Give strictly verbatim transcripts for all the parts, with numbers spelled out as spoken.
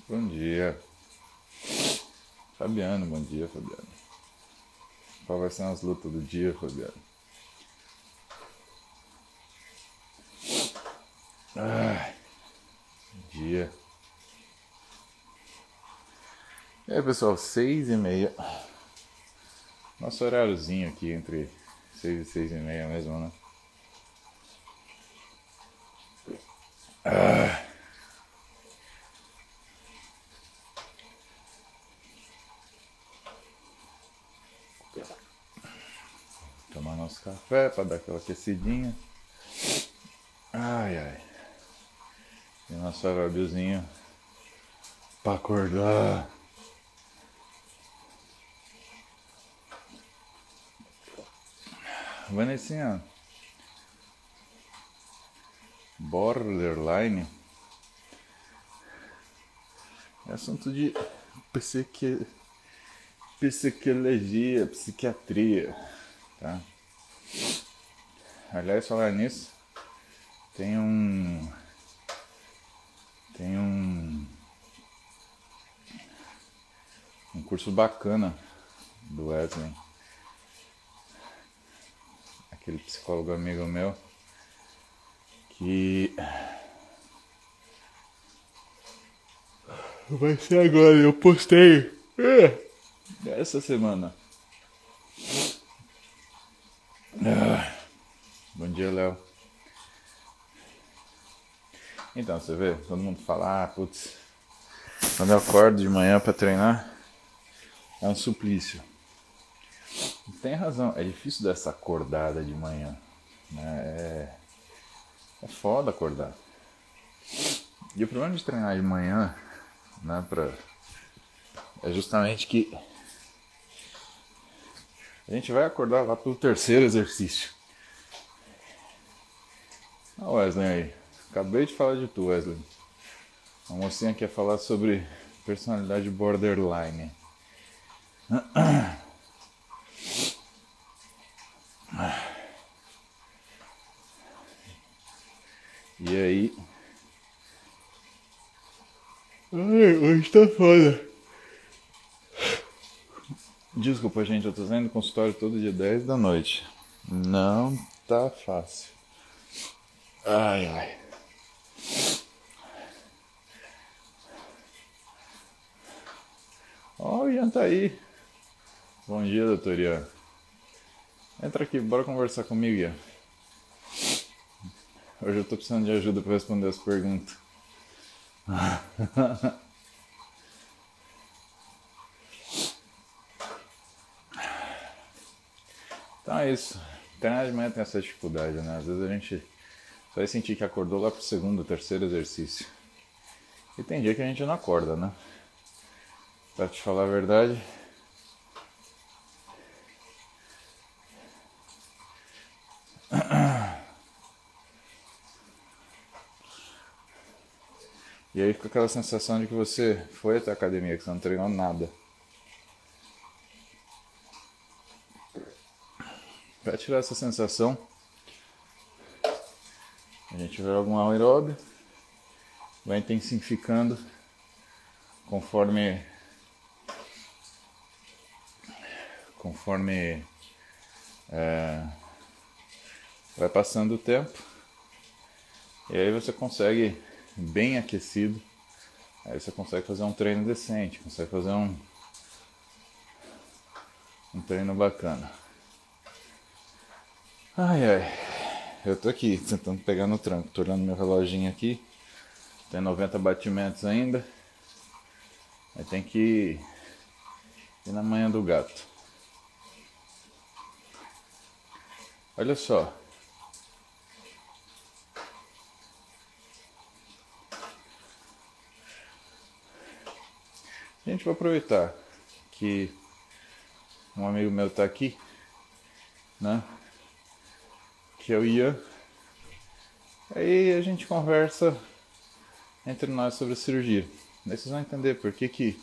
Bom dia. Fabiano, bom dia, Fabiano. Qual vai ser as lutas do dia, Fabiano? Ai, dia. E aí, pessoal, seis e meia. Nosso horáriozinho aqui entre seis e seis e meia mesmo, né? Ah. Tomar nosso café pra dar aquela aquecidinha. Ai, ai. E nosso horáriozinho pra acordar. Vanessinha, borderline é assunto de psique... psicologia, psiquiatria, tá? Aliás, falar nisso, tem um tem um um curso bacana do Wesley, aquele psicólogo amigo meu, que vai ser agora, eu postei essa semana. Ah, bom dia, Léo. Então, você vê, todo mundo fala, ah, putz, quando eu acordo de manhã pra treinar, é um suplício. Tem razão, é difícil dessa acordada de manhã, né? É, é foda acordar. E o problema de treinar de manhã, né, pra... é justamente que a gente vai acordar lá pelo terceiro exercício. Ah, Wesley aí. Acabei de falar de tu, Wesley. A mocinha quer falar sobre personalidade borderline. E aí... Ai, hoje tá foda. Desculpa, gente, eu tô saindo do consultório todo dia dez da noite. Não tá fácil. Ai, ai. Ó, oh, o Ian tá aí. Bom dia, doutor Ian. Entra aqui, bora conversar comigo, Ian. Hoje eu tô precisando de ajuda pra responder as perguntas. Então é isso. Treinar de manhã tem essa dificuldade, né? Às vezes a gente só vai sentir que acordou lá pro segundo, terceiro exercício. E tem dia que a gente não acorda, né? Pra te falar a verdade... E aí fica aquela sensação de que você foi até a academia, que você não treinou nada. Para tirar essa sensação, a gente vai algum aeróbio, vai intensificando conforme conforme é, vai passando o tempo. E aí você consegue, bem aquecido, aí você consegue fazer um treino decente, consegue fazer um, um treino bacana. Ai, ai, eu tô aqui tentando pegar no tranco, tô olhando meu reloginho aqui, tem noventa batimentos ainda, aí tem que ir na manhã do gato. Olha só. A gente vai aproveitar que um amigo meu tá aqui, né? Que é o Ian. Aí a gente conversa entre nós sobre a cirurgia. Daí vocês vão entender por que que...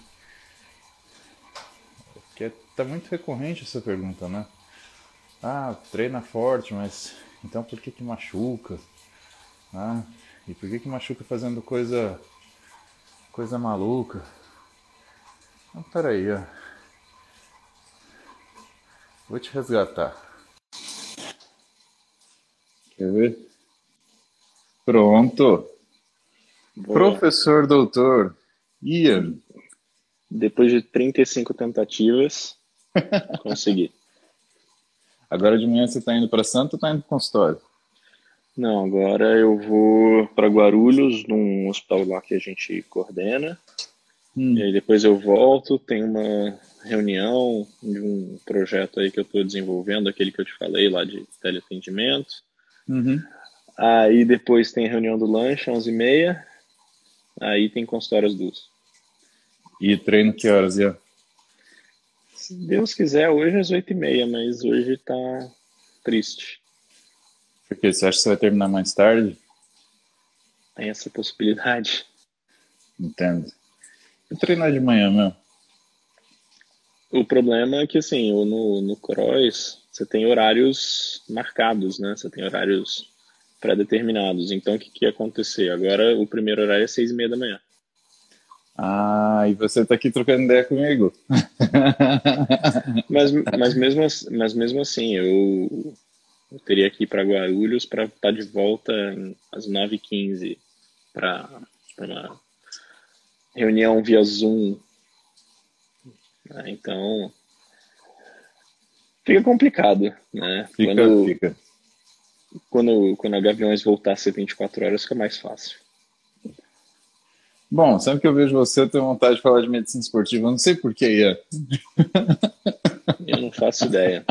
Porque tá muito recorrente essa pergunta, né? Ah, treina forte, mas então por que que machuca? Ah, e por que que machuca fazendo coisa Coisa maluca. Então, peraí, ó. Vou te resgatar. Quer ver? Pronto. Boa. Professor doutor Ian. Depois de trinta e cinco tentativas, consegui. Agora de manhã você tá indo para Santo ou tá indo pro consultório? Não, agora eu vou para Guarulhos, num hospital lá que a gente coordena. E Hum. aí depois eu volto, tem uma reunião de um projeto aí que eu estou desenvolvendo, aquele que eu te falei lá de teleatendimento. Uhum. Aí depois tem a reunião do lanche, onze e meia. Aí tem consultório às duas. E treino que horas, Ian? Se Deus quiser, hoje é às oito e meia, mas hoje tá triste. Porque você acha que você vai terminar mais tarde? Tem essa possibilidade. Entendo. E treinar de manhã, meu? O problema é que, assim, no, no cross, você tem horários marcados, né? Você tem horários pré-determinados. Então, o que, que ia acontecer? Agora, o primeiro horário é seis e meia da manhã. Ah, e você tá aqui trocando ideia comigo. Mas, mas, mesmo, ass- mas mesmo assim, eu, eu teria que ir para Guarulhos para estar de volta em- às nove e quinze para uma reunião via Zoom, né? Então, fica complicado, né? Fica, Quando, fica. quando, quando a Gaviões voltar a ser vinte e quatro horas, fica mais fácil. Bom, sempre que eu vejo você, eu tenho vontade de falar de medicina esportiva. Eu não sei por que, Ian. Eu não faço ideia.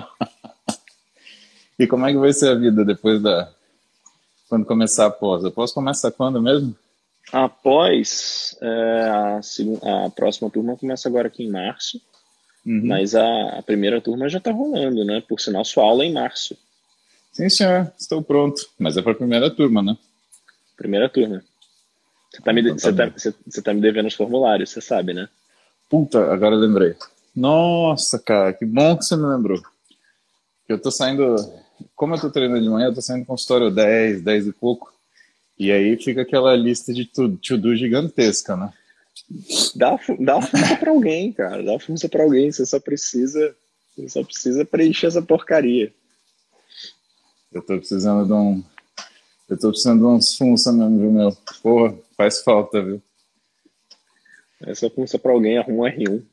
E como é que vai ser a vida depois da... Quando começar a pós? A pós começa quando mesmo? Após, é, a, segun- a próxima turma começa agora aqui em março, Uhum. mas a, a primeira turma já está rolando, né? Por sinal, sua aula é em março. Sim, senhor. Estou pronto. Mas é para a primeira turma, né? Primeira turma. Você tá Ah, me, de- então tá você tá, bem. você, você tá me devendo os formulários, você sabe, né? Puta, agora eu lembrei. Nossa, cara, que bom que você me lembrou. Eu tô saindo... Como eu tô treinando de manhã, eu tô saindo do consultório dez, dez e pouco. E aí fica aquela lista de to- to-do gigantesca, né? Dá, a fu- dá a função pra alguém, cara. Dá a função pra alguém. Você só precisa, você só precisa preencher essa porcaria. Eu tô precisando de um... Eu tô precisando de uns função mesmo, viu, meu? Porra, faz falta, viu? Essa função pra alguém arruma um R um.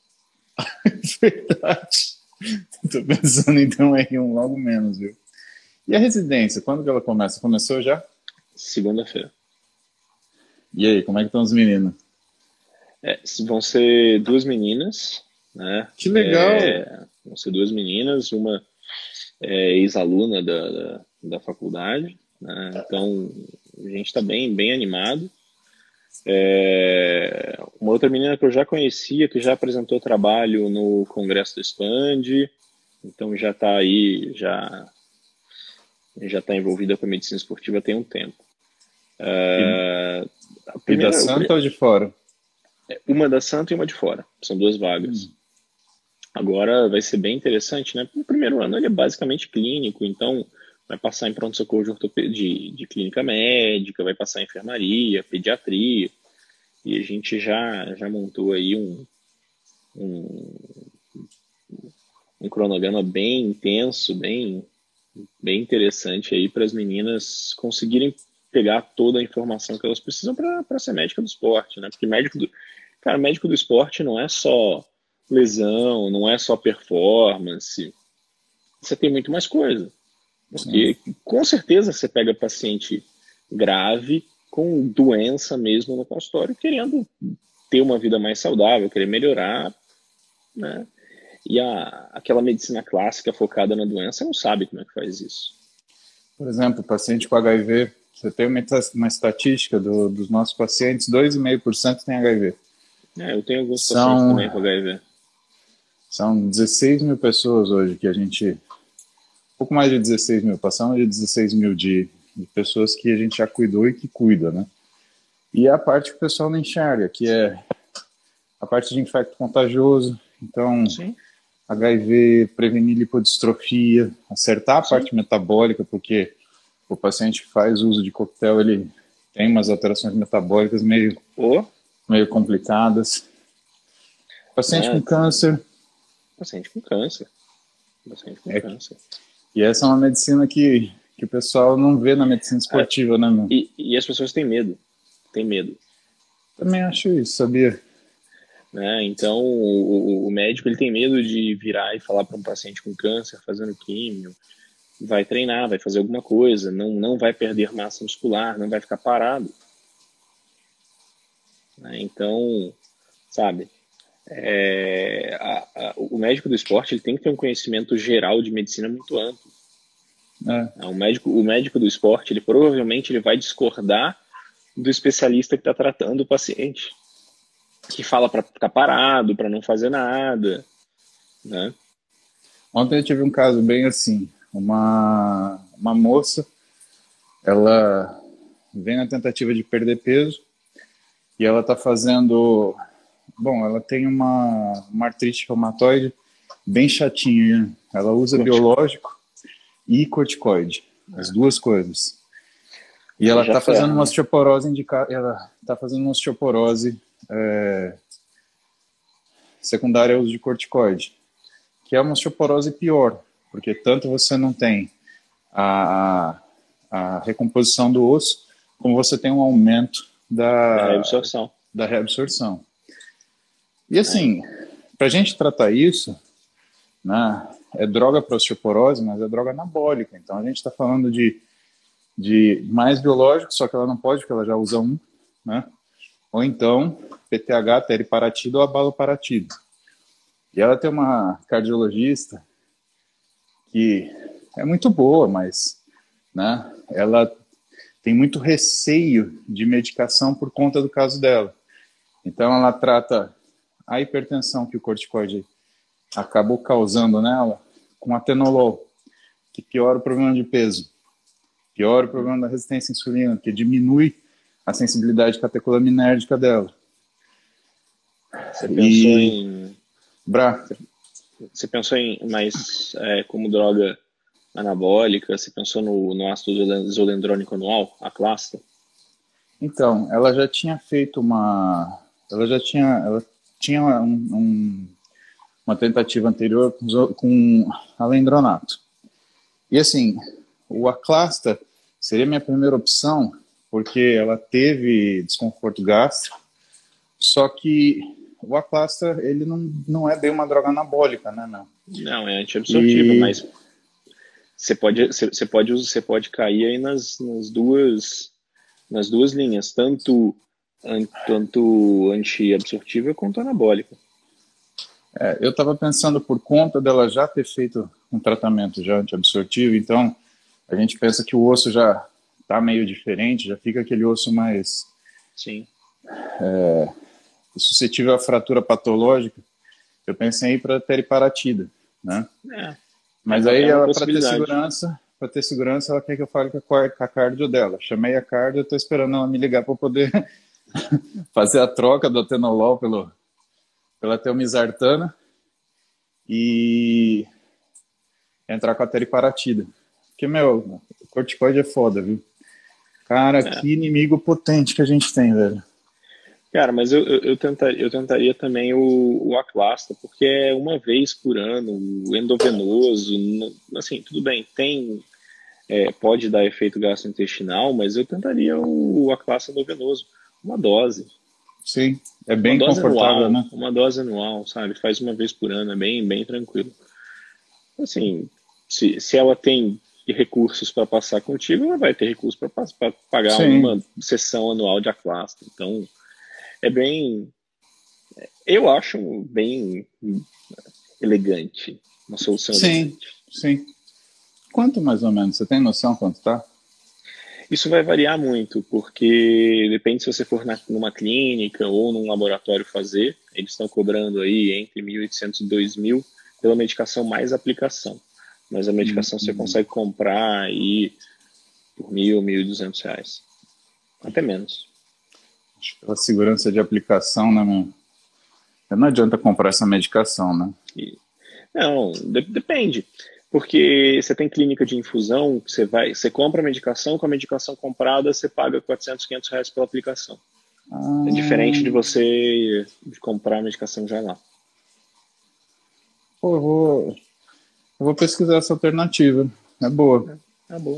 Verdade. Tô pensando em ter um R um logo menos, viu? E a residência, quando que ela começa? Começou já? Segunda-feira. E aí, como é que estão os meninos? É, vão ser duas meninas, né? Que legal! É, vão ser duas meninas, uma é ex-aluna da, da, da faculdade, né? Então a gente está bem, bem animado. É, uma outra menina que eu já conhecia, que já apresentou trabalho no Congresso do Expand, então já está aí, já já está envolvida com a medicina esportiva tem um tempo. E, É, a e da primeira, Santa ou de fora? uma da Santa e uma de fora, são duas vagas. Hum. Agora vai ser bem interessante, né? No primeiro ano ele é basicamente clínico, então vai passar em pronto-socorro de, ortope- de, de clínica médica, vai passar em enfermaria, pediatria, e a gente já, já montou aí um, um, um cronograma bem intenso, bem, bem interessante aí para as meninas conseguirem pegar toda a informação que elas precisam para ser médica do esporte, né? Porque médico do, cara, médico do esporte não é só lesão, não é só performance, você tem muito mais coisa. Sim. Porque com certeza você pega paciente grave, com doença mesmo no consultório, querendo ter uma vida mais saudável, querer melhorar, né? E a, aquela medicina clássica focada na doença não sabe como é que faz isso. Por exemplo, paciente com H I V, você tem uma, uma estatística do, dos nossos pacientes, dois vírgula cinco por cento tem H I V. É, eu tenho alguns pacientes São, também com H I V. são dezesseis mil pessoas hoje que a gente... Um pouco mais de dezesseis mil, passamos de dezesseis mil de, de pessoas que a gente já cuidou e que cuida, né? E a parte que o pessoal não enxerga, que é a parte de infecto contagioso. Então, Sim, H I V, prevenir lipodistrofia, acertar a sim. parte metabólica, porque o paciente que faz uso de coquetel, ele tem umas alterações metabólicas meio, Ou, meio complicadas. Paciente né? com câncer. Paciente com câncer. Paciente com É, câncer. e essa é uma medicina que, que o pessoal não vê na medicina Ah, esportiva, né, meu? e, e as pessoas têm medo. Têm medo. Também acho isso, sabia? Né? Então, o, o médico ele tem medo de virar e falar para um paciente com câncer, fazendo químio, vai treinar, vai fazer alguma coisa, não, não vai perder massa muscular, não vai ficar parado. Né? Então, sabe, é, a, a, o médico do esporte ele tem que ter um conhecimento geral de medicina muito amplo. É. O médico, o médico do esporte, ele provavelmente ele vai discordar do especialista que está tratando o paciente, que fala para ficar parado, para não fazer nada, né? Ontem eu tive um caso bem assim. Uma, uma moça, ela vem na tentativa de perder peso e ela está fazendo... Bom, ela tem uma, uma artrite reumatoide bem chatinha. Ela usa biológico e corticoide, as duas coisas. E Aí ela já está fazendo ferra, uma né? osteoporose indicada, ela está fazendo uma osteoporose é, secundária ao uso de corticoide, que é uma osteoporose pior, porque tanto você não tem a, a, a recomposição do osso, como você tem um aumento Da da, reabsorção. da reabsorção. E Né? assim, para a gente tratar isso, né, é droga para osteoporose, mas é droga anabólica. Então a gente está falando de, de mais biológico, só que ela não pode, porque ela já usa um, né? Ou então P T H, teriparatida ou abaloparatida. E ela tem uma cardiologista que é muito boa, mas, né, ela tem muito receio de medicação por conta do caso dela. Então ela trata a hipertensão que o corticoide acabou causando nela com atenolol, que piora o problema de peso, piora o problema da resistência à insulina, que diminui a sensibilidade catecolaminérgica dela. Você pensou E, em. Bra, Você pensou em mais é, como droga anabólica? Você pensou no, no ácido zolendrônico anual, a clasta? então, ela já tinha feito uma, ela já tinha, ela tinha um, um, uma tentativa anterior com, com alendronato. E assim, o Aclasta seria minha primeira opção, porque ela teve desconforto gástrico, só que o Aclasta, ele não, não é bem uma droga anabólica, né, não? Não, é antiabsortiva, E, mas você pode, você você pode, você pode cair aí nas, nas duas, nas duas linhas, tanto, an- tanto antiabsortiva quanto anabólica. é, eu estava pensando, por conta dela já ter feito um tratamento já antiabsortivo, então a gente pensa que o osso já está meio diferente, já fica aquele osso mais Sim. suscetível à fratura patológica. Eu pensei em ir para teriparatida, né? É, é Mas uma, aí é uma ela, para ter possibilidade. segurança, para ter segurança, ela quer que eu fale com a, com a cardio dela. Chamei a cardio, eu tô esperando ela me ligar para poder fazer a troca do atenolol pelo, pela telmisartana e entrar com a teriparatida. Porque, meu, corticoide é foda, viu? Cara, É. que inimigo potente que a gente tem, velho. Cara, mas eu, eu, eu, tentaria, eu tentaria também o, o Aclasta, porque é uma vez por ano, o endovenoso, no- assim, tudo bem, tem, é, pode dar efeito gastrointestinal, mas eu tentaria o, o Aclasta endovenoso, uma dose, Sim, é uma bem dose confortável, anual, né? uma dose anual, sabe? Faz uma vez por ano, é bem, bem tranquilo. Assim, se, se ela tem recursos para passar contigo, ela vai ter recursos para pagar Sim, uma sessão anual de Aclasta. Então, é bem, eu acho bem elegante, uma solução sim, elegante. sim. Quanto mais ou menos? Você tem noção quanto tá? Isso vai variar muito, porque depende se você for na, numa clínica ou num laboratório fazer, eles estão cobrando aí entre mil e oitocentos e dois mil pela medicação mais aplicação. Mas a Hum, medicação você hum. consegue comprar aí por mil, mil e duzentos reais. Até menos. Acho que pela segurança de aplicação, né, meu? Não adianta comprar essa medicação, né? E, não, de- depende. Porque você tem clínica de infusão, você vai, você compra a medicação, com a medicação comprada você paga quatrocentos, quinhentos reais pela aplicação. É diferente de Ah, você comprar a medicação já lá. pô, eu vou, eu vou pesquisar essa alternativa. É boa. Tá bom.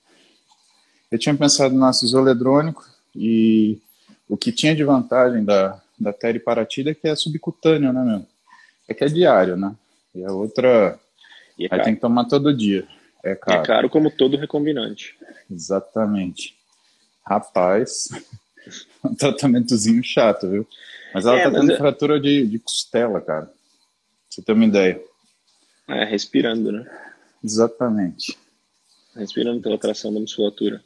Eu tinha pensado no ácido zoledrônico e o que tinha de vantagem da, da teriparatida é que é subcutâneo, né, meu? É que é diário, né? E a outra, E é aí tem caro. que tomar todo dia. É É caro. caro como todo recombinante. Exatamente. Rapaz, um tratamentozinho chato, viu? Mas ela É, tá mas tendo é, fratura de, de costela, cara. Pra você ter uma ideia. é respirando, né? Exatamente. Respirando pela tração da musculatura.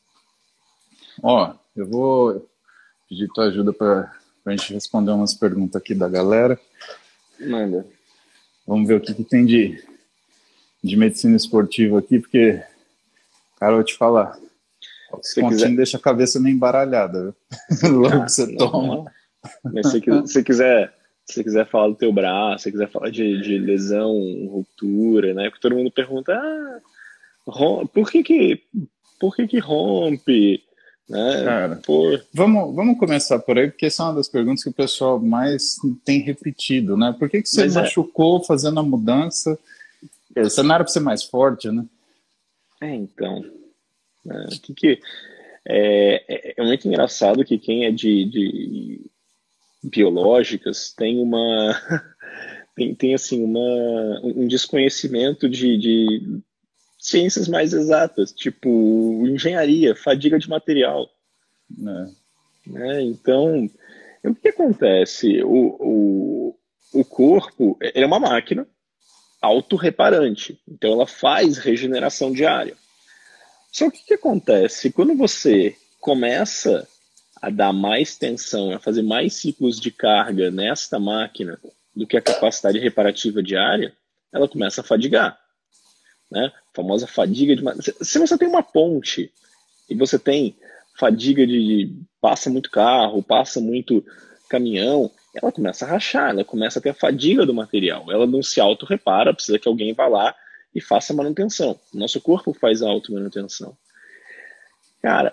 Ó, eu vou pedir tua ajuda para a gente responder umas perguntas aqui da galera. Manda. Vamos ver o que, que tem de, de medicina esportiva aqui, porque, cara, eu vou te falar, Se esse você quiser. continho deixa a cabeça meio embaralhada, Se, viu? Logo que ah, você toma. normal. Mas se você se quiser, se você quiser falar do teu braço, se você quiser falar de, de lesão, ruptura, né? Porque todo mundo pergunta, ah, rom- por que que, por que que rompe? Né? Cara, Pô, vamos, vamos começar por aí, porque essa é uma das perguntas que o pessoal mais tem repetido, né? Por que, que você mas é, machucou fazendo a mudança? Você não era para ser mais forte, né? é então, né? Que que, é, é, é muito engraçado que quem é de, de biológicas tem uma, tem, tem assim, uma, um desconhecimento de, de ciências mais exatas, tipo engenharia, fadiga de material, É. né? Então, o que acontece? O, o, o corpo ele é uma máquina autorreparante, então ela faz regeneração diária. Só que o que acontece? Quando você começa a dar mais tensão, a fazer mais ciclos de carga nesta máquina do que a capacidade reparativa diária, ela começa a fadigar, né? A famosa fadiga de... Se você tem uma ponte e você tem fadiga de passa muito carro, passa muito caminhão, ela começa a rachar, ela começa a ter a fadiga do material. Ela não se auto-repara, precisa que alguém vá lá e faça a manutenção. Nosso corpo faz a auto-manutenção. Cara,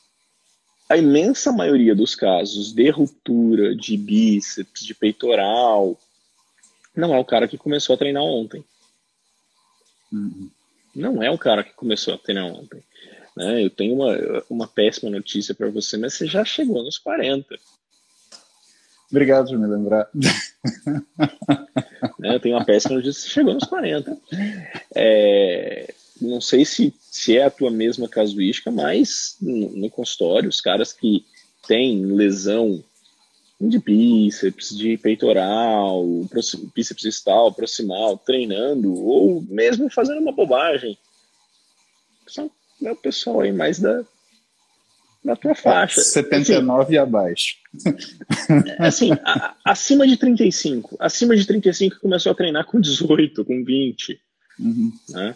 a imensa maioria dos casos de ruptura de bíceps, de peitoral, não é o cara que começou a treinar ontem. Uhum. Não é o cara que começou a treinar ontem. Né? Eu tenho uma, uma péssima notícia para você, mas você já chegou nos quarenta. Obrigado por me lembrar. Né? Eu tenho uma péssima notícia, você chegou nos quarenta. É, não sei se, se é a tua mesma casuística, mas no, no consultório, os caras que têm lesão de bíceps, de peitoral, bíceps distal, proximal, treinando, ou mesmo fazendo uma bobagem, são é o pessoal aí mais da, da tua É, faixa. setenta e Assim, nove e abaixo. assim a, acima de trinta e cinco. Acima de trinta e cinco começou a treinar com dezoito, com vinte. Uhum. Né?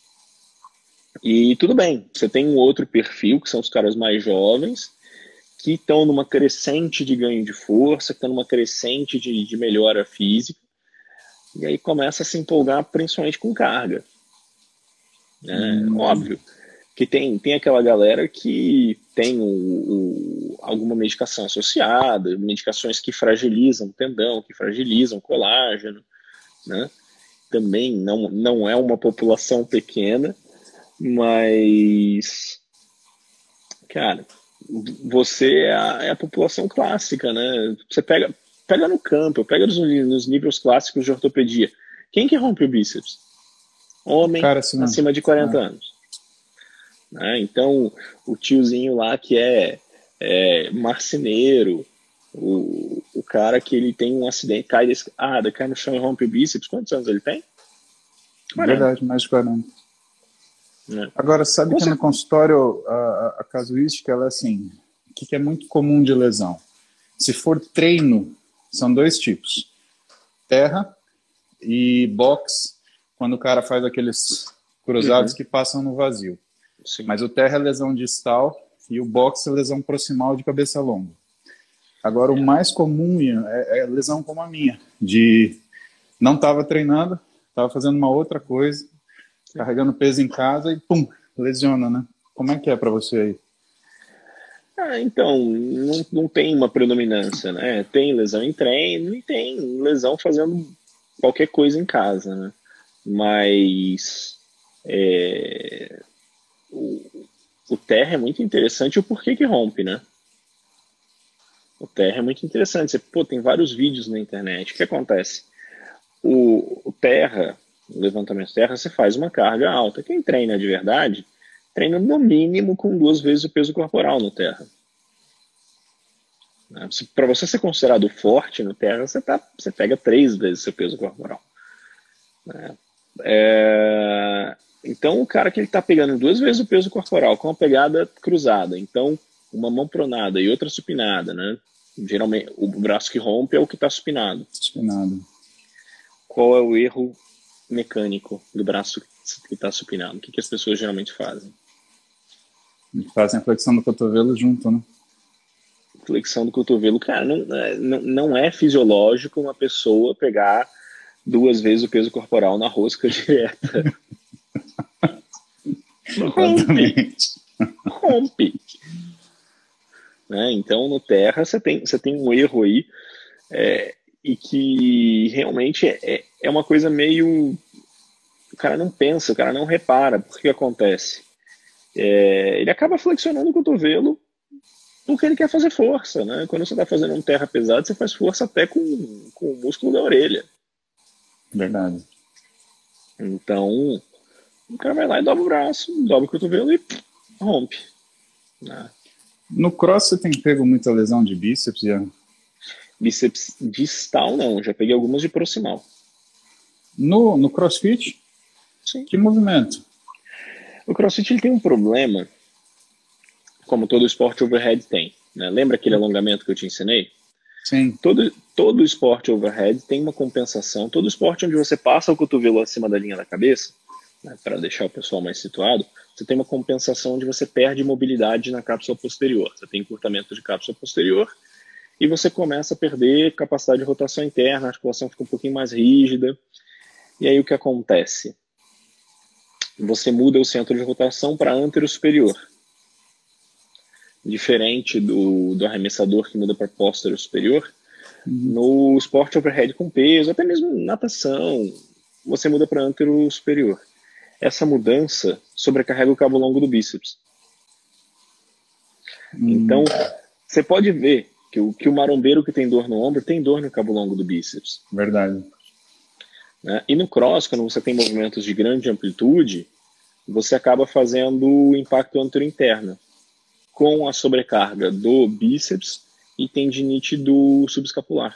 E tudo bem, você tem um outro perfil, que são os caras mais jovens, que estão numa crescente de ganho de força, que estão numa crescente de, de melhora física, e aí começa a se empolgar principalmente com carga. Né? Uhum. Óbvio que tem, tem aquela galera que tem o, o, alguma medicação associada, medicações que fragilizam o tendão, que fragilizam o colágeno, né? Também não, não é uma população pequena, mas, cara, você é a, é a população clássica, né? Você pega, pega no campo, pega nos, nos níveis clássicos de ortopedia. Quem que rompe o bíceps? Homem Cara, assim, não. acima de quarenta É. anos. Né? Então, o tiozinho lá que é, é marceneiro, o, o cara que ele tem um acidente, cai, desse, ah, cai no chão e rompe o bíceps, quantos anos ele tem? quarenta. Verdade, mais de quarenta. Né? Agora, sabe que Você, no consultório a, a, a casuística ela é assim, o que, que é muito comum de lesão? Se for treino, são dois tipos: terra e box, quando o cara faz aqueles cruzados uhum, que passam no vazio. sim. Mas o terra é lesão distal e o box é lesão proximal de cabeça longa. Agora, o É. mais comum é, é lesão como a minha, de não estava treinando, estava fazendo uma outra coisa, carregando peso em casa e pum, lesiona, né? Como é que é para você aí? Ah, então, não, não tem uma predominância, né? Tem lesão em treino e tem lesão fazendo qualquer coisa em casa, né? Mas é, o, o terra é muito interessante o porquê que rompe, né? O terra é muito interessante. Você, pô, tem vários vídeos na internet. O que acontece? O, o terra, o levantamento terra, você faz uma carga alta. Quem treina de verdade, treina no mínimo com duas vezes o peso corporal no terra. Para você ser considerado forte no terra, você, tá, você pega três vezes o seu peso corporal. Né? É, então, o cara que ele está pegando duas vezes o peso corporal com uma pegada cruzada, então uma mão pronada e outra supinada, né? Geralmente, o braço que rompe é o que está supinado. Supinado. Qual é o erro mecânico do braço que está supinado? O que, que as pessoas geralmente fazem? Fazem a flexão do cotovelo junto, né? Flexão do cotovelo. Cara, não, não, não é fisiológico uma pessoa pegar duas vezes o peso corporal na rosca direta. Rompe. Rompe. Né? Então, no terra, você tem, você tem um erro aí, é, e que realmente é, é uma coisa meio... O cara não pensa, o cara não repara. Por que acontece? É, ele acaba flexionando o cotovelo porque ele quer fazer força, né? Quando você está fazendo um terra pesado, você faz força até com, com o músculo da orelha. Verdade. Então, o cara vai lá e dobra o braço, dobra o cotovelo e pff, rompe. Né? No cross você tem pego muita lesão de bíceps, Ian? Bíceps distal não, já peguei algumas de proximal. No, no crossfit? Sim. Que movimento? O crossfit ele tem um problema, como todo esporte overhead tem. Né? Lembra aquele alongamento que eu te ensinei? Sim. Todo, todo esporte overhead tem uma compensação. Todo esporte onde você passa o cotovelo acima da linha da cabeça, né, para deixar o pessoal mais situado, você tem uma compensação onde você perde mobilidade na cápsula posterior. Você tem encurtamento de cápsula posterior e você começa a perder capacidade de rotação interna, a articulação fica um pouquinho mais rígida. E aí o que acontece? Você muda o centro de rotação para antero superior. Diferente do, do arremessador que muda para póstero superior, uhum. No esporte overhead com peso, até mesmo natação, você muda para antero superior. Essa mudança sobrecarrega o cabo longo do bíceps. Hum. Então, você pode ver que o, que o marombeiro que tem dor no ombro tem dor no cabo longo do bíceps. Verdade. Né? E no cross, quando você tem movimentos de grande amplitude, você acaba fazendo impacto antero-interno, com a sobrecarga do bíceps e tendinite do subescapular.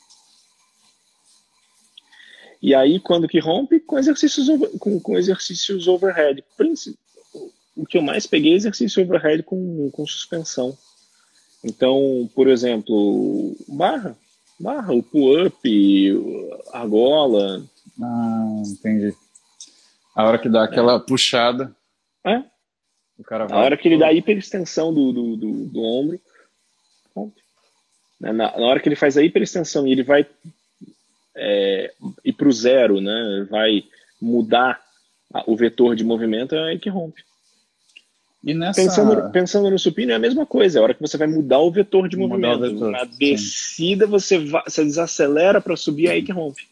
E aí, quando que rompe? Com exercícios, com, com exercícios overhead. O que eu mais peguei é exercício overhead com, com suspensão. Então, por exemplo, barra, barra, o pull-up, a argola. Ah, entendi. A hora que dá aquela é. puxada... É. O cara vai na hora que ele dá a hiperextensão do, do, do, do ombro, rompe. Na, na hora que ele faz a hiperextensão e ele vai é, ir para o zero, né, vai mudar a, o vetor de movimento, é aí que rompe. E nessa... pensando, pensando no supino é a mesma coisa, é a hora que você vai mudar o vetor de mudar movimento. Vetor, na descida você, vai, você desacelera para subir, é aí que rompe.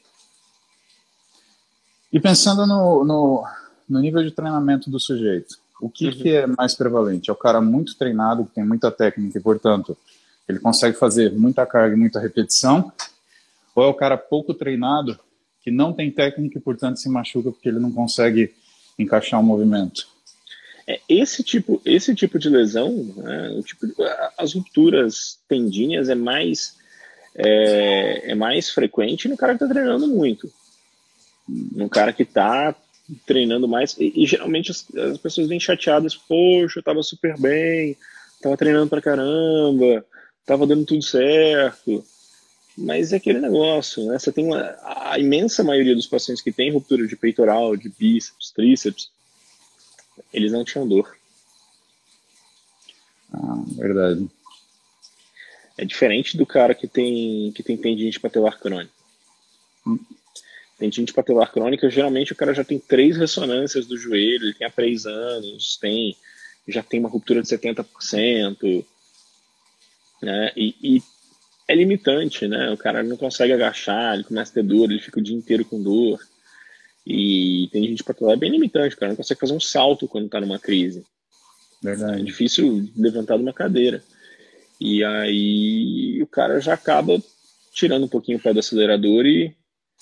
E pensando no, no, no nível de treinamento do sujeito, o que, uhum. que é mais prevalente? É o cara muito treinado, que tem muita técnica e, portanto, ele consegue fazer muita carga e muita repetição? Ou é o cara pouco treinado, que não tem técnica e, portanto, se machuca porque ele não consegue encaixar um movimento? É, esse, tipo, esse tipo de lesão, né, o tipo de, as rupturas tendíneas é mais, é, é mais frequente no cara que está treinando muito. No cara que está treinando mais, e, e geralmente as, as pessoas vêm chateadas, poxa, eu tava super bem, tava treinando pra caramba, tava dando tudo certo, mas é aquele negócio, né? Você tem uma, a imensa maioria dos pacientes que tem ruptura de peitoral, de bíceps, tríceps, eles não tinham dor. Ah, verdade. É diferente do cara que tem, que tem tendinite patelar crônica. Hum. Tendinite patelar crônica, geralmente o cara já tem três ressonâncias do joelho, ele tem há três anos, tem, já tem uma ruptura de setenta por cento, né? E, e é limitante, né? O cara não consegue agachar, ele começa a ter dor, ele fica o dia inteiro com dor. E tem gente para lá, é bem limitante, o cara não consegue fazer um salto quando tá numa crise. É Verdade. difícil levantar de uma cadeira. E aí o cara já acaba tirando um pouquinho o pé do acelerador e,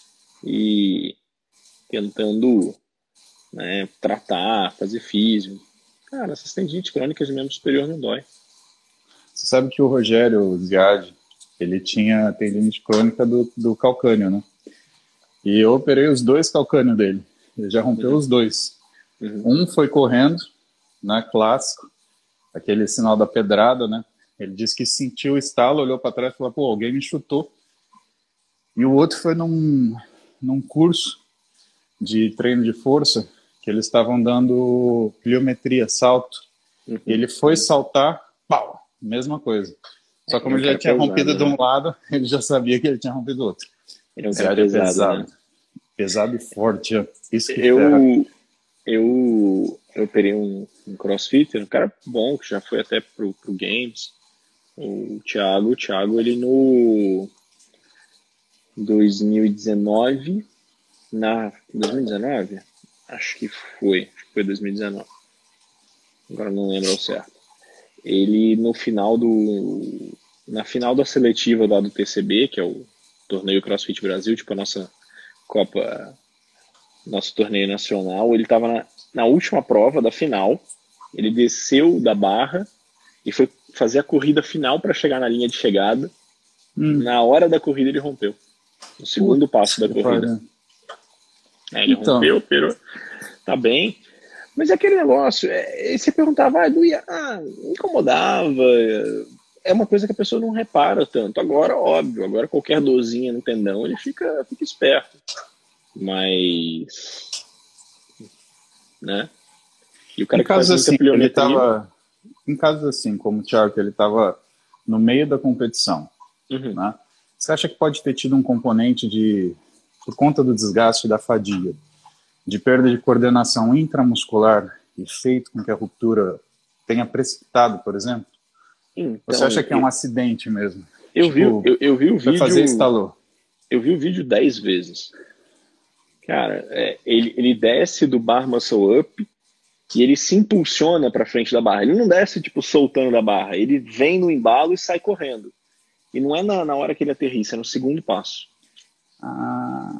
e tentando, né, tratar, fazer físio. Cara, essas tendinites crônicas de membro superior não dói. Você sabe que o Rogério Ziad, ele tinha tendinite crônica do, do calcâneo, né? E eu operei os dois calcâneos dele. Ele já rompeu Uhum. os dois. Uhum. Um foi correndo, né, clássico, aquele sinal da pedrada, né? Ele disse que sentiu o estalo, olhou para trás e falou, pô, alguém me chutou. E o outro foi num, num curso de treino de força, que eles estavam dando pliometria, salto. Uhum. Ele foi saltar, pau, mesma coisa. Só É, como é um ele já cara tinha pesado, rompido de né? um lado, ele já sabia que ele tinha rompido do outro. Ele é um cara Ziad é pesado, pesado. né? Pesado e forte, ó. Isso que ferra. Eu, eu, eu operei um, um crossfitter, um cara bom, que já foi até pro, pro Games, o Thiago. O Thiago, ele no dois mil e dezenove, na dois mil e dezenove? Acho que foi, acho que foi dois mil e dezenove. Agora não lembro ao certo. Ele no final do na final da seletiva lá do T C B, que é o torneio CrossFit Brasil, tipo a nossa Copa, nosso torneio nacional, ele estava na, na última prova da final, ele desceu da barra e foi fazer a corrida final para chegar na linha de chegada. Hum. Na hora da corrida ele rompeu. No segundo Putz, passo da corrida. É, ele então, rompeu, operou, tá bem. Mas é aquele negócio, é, você perguntava, ah, doía, ah, incomodava. É uma coisa que a pessoa não repara tanto. Agora, óbvio, agora qualquer dorzinha no tendão, ele fica, fica esperto. Mas, né? E o em cara que faz casos muita assim, ele pliometria... estava, em casos assim, como o Thiago, ele estava no meio da competição, Uhum. né? Você acha que pode ter tido um componente de, por conta do desgaste da fadiga, de perda de coordenação intramuscular e feito com que a ruptura tenha precipitado, por exemplo? Então, Ou você acha que é um eu, acidente mesmo? eu, vi, Tipo, eu, eu vi o vai fazer vídeo... estalou. Eu vi o vídeo dez vezes. Cara, é, ele, ele desce do bar muscle up e ele se impulsiona para frente da barra. Ele não desce, tipo, soltando da barra. Ele vem no embalo e sai correndo. E não é na, na hora que ele aterrissa, é no segundo passo. Ah.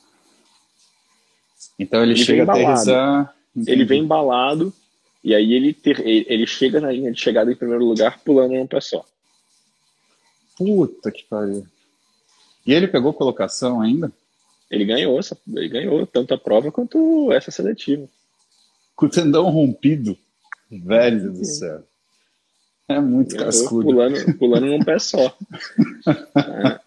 Então ele, Ele vem chega a embalado. aterrissar. Ele vem Entendi. embalado e aí ele, ter, ele, ele chega na linha de chegada em primeiro lugar pulando num pé só. Puta que pariu. E ele pegou colocação ainda? Ele ganhou, ele ganhou tanto a prova quanto essa seletiva. Com o tendão rompido. Velho do céu. É muito Ganhou, cascudo. pulando, pulando num pé só. É.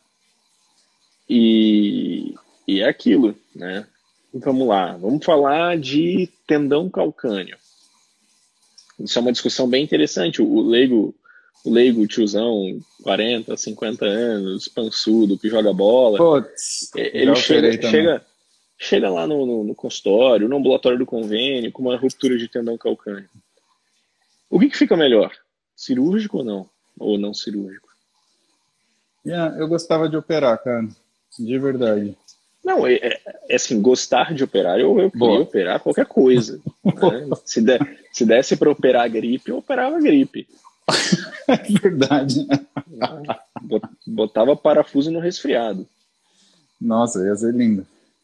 E, e é aquilo, né? Vamos lá, vamos falar de tendão calcâneo. Isso é uma discussão bem interessante. O leigo, o leigo tiozão, quarenta, cinquenta anos, pançudo, que joga bola, Putz, ele já operei chega, também. chega, chega lá no, no, no consultório, no ambulatório do convênio, com uma ruptura de tendão calcâneo. O que, que fica melhor? Cirúrgico ou não? Ou não cirúrgico? Yeah, eu gostava de operar, cara. De verdade. Não, é, é, é assim, gostar de operar, eu, eu queria Boa. operar qualquer coisa. Né? Se, der, se desse para operar a gripe, eu operava a gripe. É verdade. Botava parafuso no resfriado. Nossa, ia ser lindo.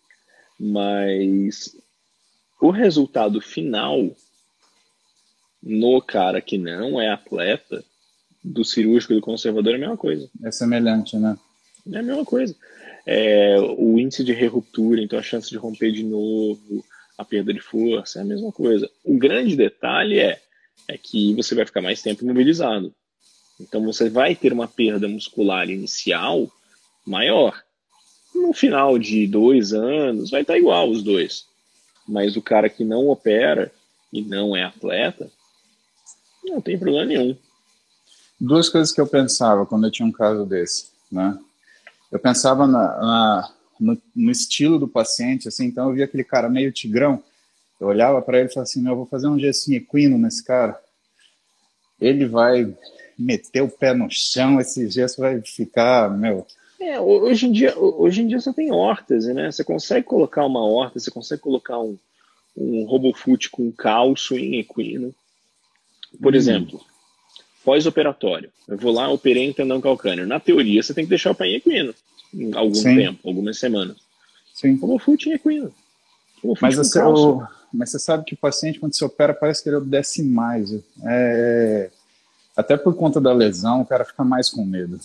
Mas o resultado final no cara que não é atleta, do cirúrgico e do conservador, é a mesma coisa. É semelhante, né? É a mesma coisa. É, o índice de re-ruptura, então a chance de romper de novo, a perda de força, é a mesma coisa. O grande detalhe é, é que você vai ficar mais tempo imobilizado. Então você vai ter uma perda muscular inicial maior. No final de dois anos, vai estar igual os dois. Mas o cara que não opera e não é atleta, não tem problema nenhum. Duas coisas que eu pensava quando eu tinha um caso desse, né? Eu pensava na, na, no, no estilo do paciente, assim, então eu via aquele cara meio tigrão, eu olhava para ele e falava assim, eu vou fazer um gessinho equino nesse cara, ele vai meter o pé no chão, esse gesso vai ficar, meu... É, hoje em dia, hoje em dia você tem hortas, né? Você consegue colocar uma horta, você consegue colocar um, um RoboFoot com calço em equino. Por Hum, exemplo, pós-operatório. Eu vou lá, operei em tendão calcâneo. Na teoria, você tem que deixar o pé em equino em algum sim, tempo, algumas semanas. sim. RoboFoot em equino. Mas RoboFoot com você, calço. o, mas você sabe que o paciente, quando se opera, parece que ele obedece mais. É, até por conta da lesão, o cara fica mais com medo.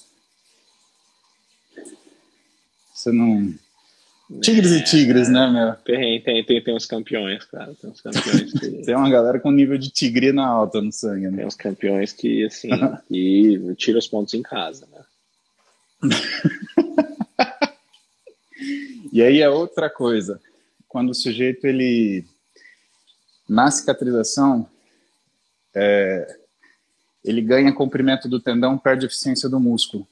Você não... Tigres e tigres, É, né, meu? tem, tem, tem, tem uns campeões, cara. Tem uns campeões que. Tem uma galera com nível de tigrina alta no sangue, né? Tem uns campeões que, assim, que tira os pontos em casa, né? E aí é outra coisa. Quando o sujeito, ele... Na cicatrização, ele ganha comprimento do tendão, perde eficiência do músculo.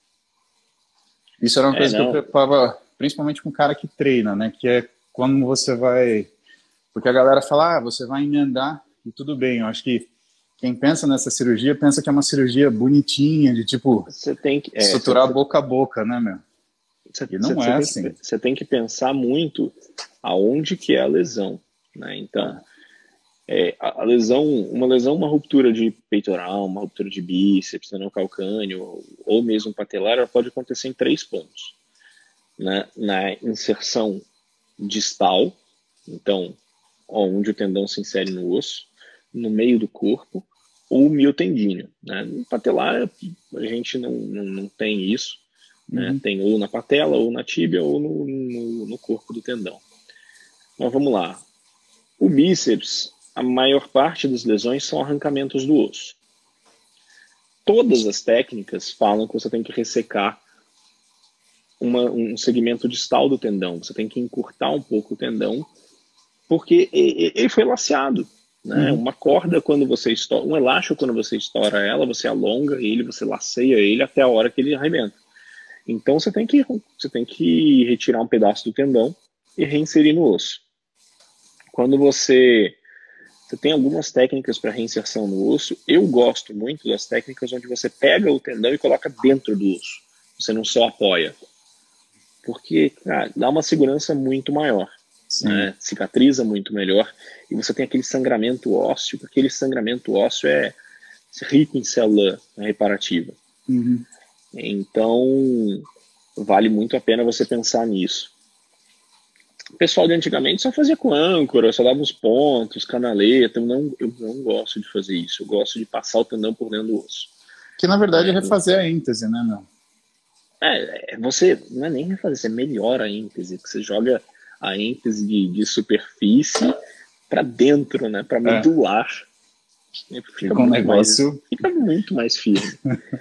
Isso era uma É, coisa que eu não. preocupava, principalmente com o cara que treina, né? Que é quando você vai... Porque a galera fala, ah, você vai emendar e tudo bem. Eu acho que quem pensa nessa cirurgia pensa que é uma cirurgia bonitinha, de tipo, Você tem que. É, você, suturar boca a boca, né, meu? você, E você, não você é tem que, assim. você tem que pensar muito aonde que é a lesão, né? Então, é, a, a lesão, uma lesão, uma ruptura de peitoral, uma ruptura de bíceps, tendão calcâneo, ou, ou mesmo patelar, ela pode acontecer em três pontos. Né? Na inserção distal, então, onde o tendão se insere no osso, no meio do corpo, ou miotendíneo. Né? No patelar, a gente não, não, não tem isso. Né? Uhum. Tem ou na patela, ou na tíbia, ou no, no, no corpo do tendão. Mas vamos lá. O bíceps, a maior parte das lesões são arrancamentos do osso. Todas as técnicas falam que você tem que ressecar uma, um segmento distal do tendão. Você tem que encurtar um pouco o tendão, porque ele foi laceado. Né? Uhum. Uma corda, quando você estoura, um elástico, quando você estoura ela, você alonga ele, você laceia ele até a hora que ele arrebenta. Então você tem que, você tem que retirar um pedaço do tendão e reinserir no osso. Quando você, você tem algumas técnicas para reinserção no osso, eu gosto muito das técnicas onde você pega o tendão e coloca dentro do osso. Você não só apoia. Porque, cara, dá uma segurança muito maior. Sim. Né? Cicatriza muito melhor. E você tem aquele sangramento ósseo, porque aquele sangramento ósseo é rico em célula reparativa. Uhum. Então, vale muito a pena você pensar nisso. O pessoal de antigamente só fazia com âncora, só dava uns pontos, canaleta. Eu não, eu não gosto de fazer isso. Eu gosto de passar o tendão por dentro do osso. Que na verdade é É, refazer a êntese, né, meu? é, você não é nem refazer, você melhora a êntese, porque você joga a êntese de, de superfície para dentro, né, para É. medular. Fica, Fica um muito negócio... mais, fica muito mais firme.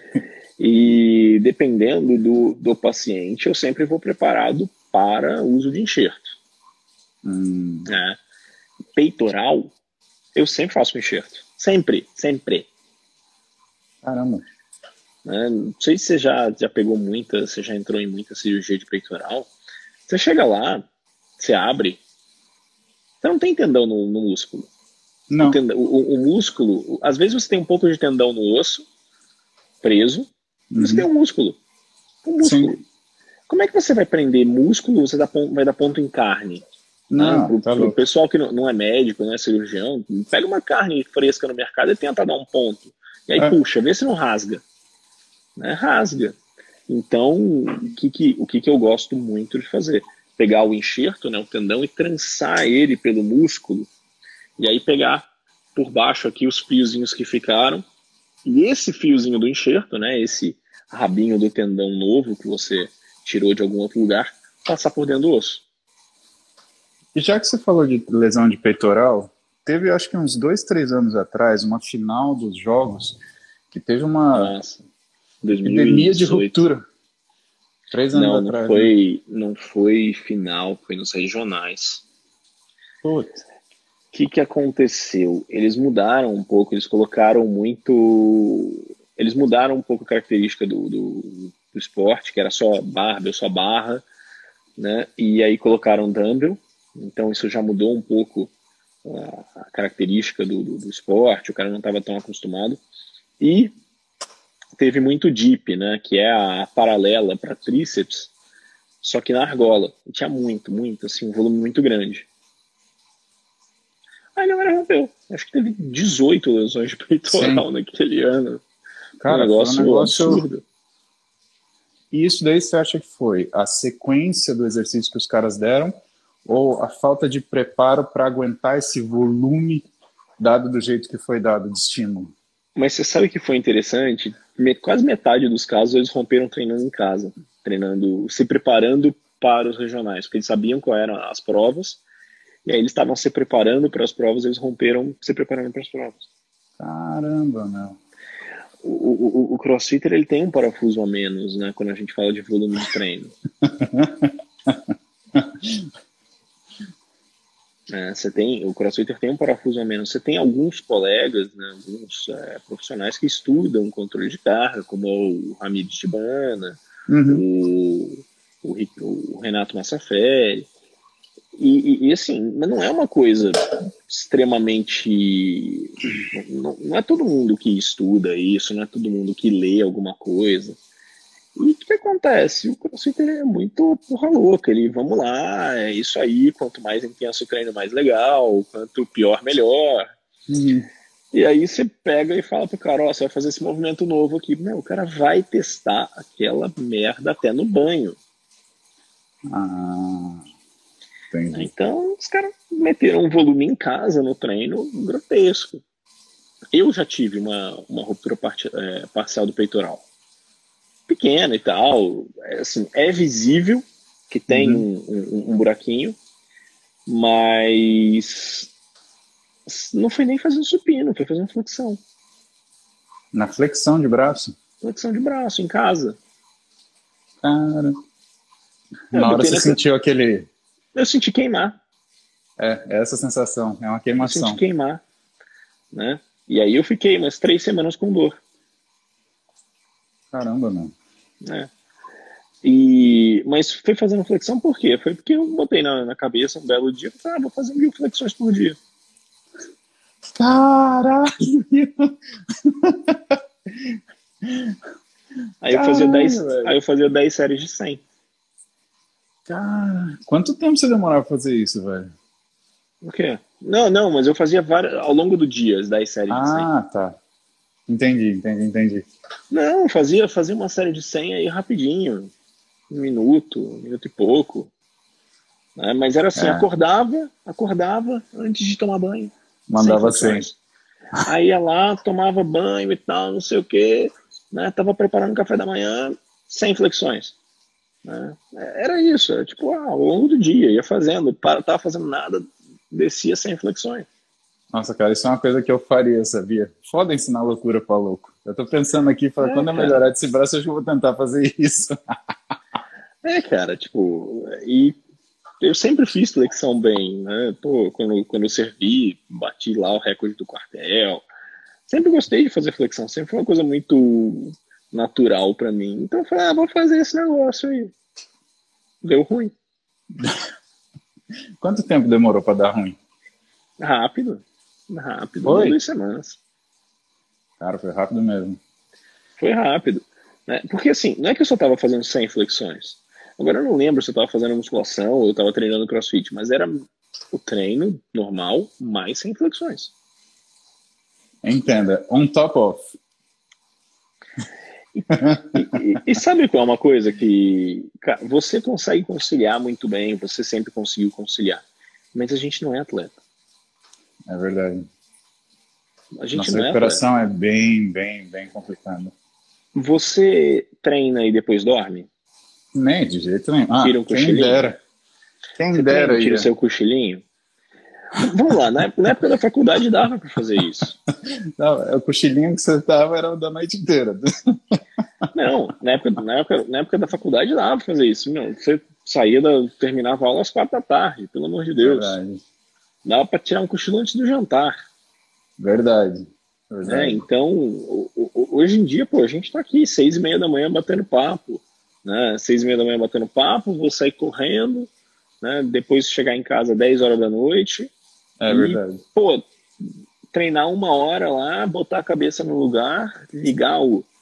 E dependendo do, do paciente, eu sempre vou preparado para uso de enxerto. Hum. Né? Peitoral, eu sempre faço um enxerto. Sempre, sempre. Caramba. Né? Não sei se você já, já pegou muita, você já entrou em muita cirurgia de peitoral. Você chega lá, você abre, você não tem tendão no, no músculo. O, Não. tendão, o, o músculo, às vezes você tem um pouco de tendão no osso, preso, e você Uhum. tem um músculo. Um músculo. Sim. Como é que você vai prender músculo, você dá ponto, vai dar ponto em carne? Né? Não, Pro, tá pro louco. pessoal que não, não é médico, não é cirurgião, pega uma carne fresca no mercado e tenta dar um ponto. E aí É. puxa, vê se não rasga. Né? Rasga. Então, o que, que, o que, que eu gosto muito de fazer? Pegar o enxerto, né, o tendão, e trançar ele pelo músculo, e aí pegar por baixo aqui os fiozinhos que ficaram, e esse fiozinho do enxerto, né, esse rabinho do tendão novo que você tirou de algum outro lugar, passar por dentro do osso. E já que você falou de lesão de peitoral, teve acho que uns dois, três anos atrás, uma final dos jogos, que teve uma Nossa, epidemia de dois mil e dezoito. ruptura. Três anos Não, não atrás, né? foi, não foi final, foi nos regionais. Putz. O que, que aconteceu? Eles mudaram um pouco, eles colocaram muito. Eles mudaram um pouco a característica do, do, do esporte, que era só barbell, só barra, né? E aí colocaram dumbbell, então isso já mudou um pouco a, a característica do, do, do esporte, o cara não estava tão acostumado. E teve muito dip, né? Que é a paralela para tríceps, só que na argola. E tinha muito, muito, assim, um volume muito grande. Aí ele agora rompeu. Acho que teve dezoito lesões de peitoral Sim. naquele ano. Um Cara, foi um negócio negócio. absurdo. E isso daí você acha que foi a sequência do exercício que os caras deram ou a falta de preparo para aguentar esse volume dado do jeito que foi dado de estímulo? Mas você sabe que foi interessante? Me- Quase metade dos casos eles romperam treinando em casa, treinando, se preparando para os regionais, porque eles sabiam quais eram as provas, e aí eles estavam se preparando para as provas, eles romperam se preparando para as provas. Caramba, meu. O, o, o crossfitter ele tem um parafuso a menos, né? Quando a gente fala de volume de treino. É, você tem, o crossfitter tem um parafuso a menos. Você tem alguns colegas, né, alguns é, profissionais que estudam controle de carga, como o Hamid Tibana, Uhum. o, o, o Renato Massaferi. E, e, e assim, mas não é uma coisa extremamente. Não, não é todo mundo que estuda isso, não é todo mundo que lê alguma coisa. E o que acontece? O CrossFit é muito porra louca. Ele, vamos lá, é isso aí. Quanto mais intenso o treino, mais legal. Quanto pior, melhor. Uhum. E aí você pega e fala pro cara: ó, você vai fazer esse movimento novo aqui. Meu, o cara vai testar aquela merda até no banho. Ah, entendi. Então, os caras meteram um volume em casa no treino grotesco. Eu já tive uma, uma ruptura part, é, parcial do peitoral. Pequena e tal. É, assim, é visível que tem Uhum. um, um, um buraquinho, mas não foi nem fazendo supino, foi fazendo flexão. Na flexão de braço? Flexão de braço, em casa. Cara, Eu na hora botei você na... sentiu aquele. Eu senti queimar. É, é essa sensação, é uma Eu senti queimação. queimar, né? E aí eu fiquei umas três semanas com dor, Caramba, meu. né? E... Mas foi fazendo flexão por quê? Foi porque eu botei na, na cabeça um belo dia, falei, ah, vou fazer mil flexões por dia. Caralho! Aí eu fazia Caralho, dez, aí velho. eu fazia dez séries de cem. Cara, quanto tempo você demorava pra fazer isso, velho? O quê? Não, não, mas eu fazia várias, ao longo do dia, as dez séries de cem. Ah, tá. Entendi, entendi, entendi. Não, fazia, fazia uma série de cem aí rapidinho. Um minuto, um minuto e pouco. Né? Mas era assim, É, acordava, acordava antes de tomar banho. Sem mandava cem. flexões. Aí ia lá, tomava banho e tal, não sei o quê. Né? Tava preparando o café da manhã, sem flexões. Né? Era isso, era tipo, ah, ao longo do dia, ia fazendo, para, tava fazendo nada, descia sem flexões. Nossa, cara, isso é uma coisa que eu faria, sabia? Foda ensinar loucura pra louco. Eu tô pensando aqui, fala, É, quando eu cara. melhorar desse braço, eu acho que eu vou tentar fazer isso. É, cara, tipo, e eu sempre fiz flexão bem, né? Pô, quando, quando eu servi, bati lá o recorde do quartel. Sempre gostei de fazer flexão, sempre foi uma coisa muito natural pra mim. Então eu falei, ah, vou fazer esse negócio aí. Deu ruim. Quanto tempo demorou pra dar ruim? Rápido, rápido, deu Foi? duas semanas. Cara, foi rápido mesmo. Foi rápido. Né? Porque assim, não é que eu só tava fazendo cem flexões. Agora eu não lembro se eu tava fazendo musculação ou eu tava treinando crossfit, mas era o treino normal mais cem flexões. Entenda, on top of. E, e, e sabe qual é uma coisa que, cara, você consegue conciliar muito bem, você sempre conseguiu conciliar, mas a gente não é atleta. É verdade. A gente Nossa não é atleta. recuperação é bem, bem, bem complicada. Você treina e depois dorme? Nem de jeito nenhum. Tira Ah, um quem cochilinho? dera. Quem Você treina dera e tira o ia. seu cochilinho? Vamos lá, na época da faculdade dava para fazer isso. Não, o cochilinho que você tava era o da noite inteira. Não, na época, na época, na época da faculdade dava para fazer isso. Não, você saía da, terminava a aula às quatro da tarde, pelo amor de Deus. Verdade. Dava para tirar um cochilo antes do jantar. Verdade. Né? Verdade. Então, hoje em dia, pô, a gente está aqui, seis e meia da manhã batendo papo. Né? Seis e meia da manhã batendo papo, vou sair correndo, né? Depois chegar em casa dez horas da noite É e, verdade. pô, treinar uma hora lá, botar a cabeça no lugar, ligar o,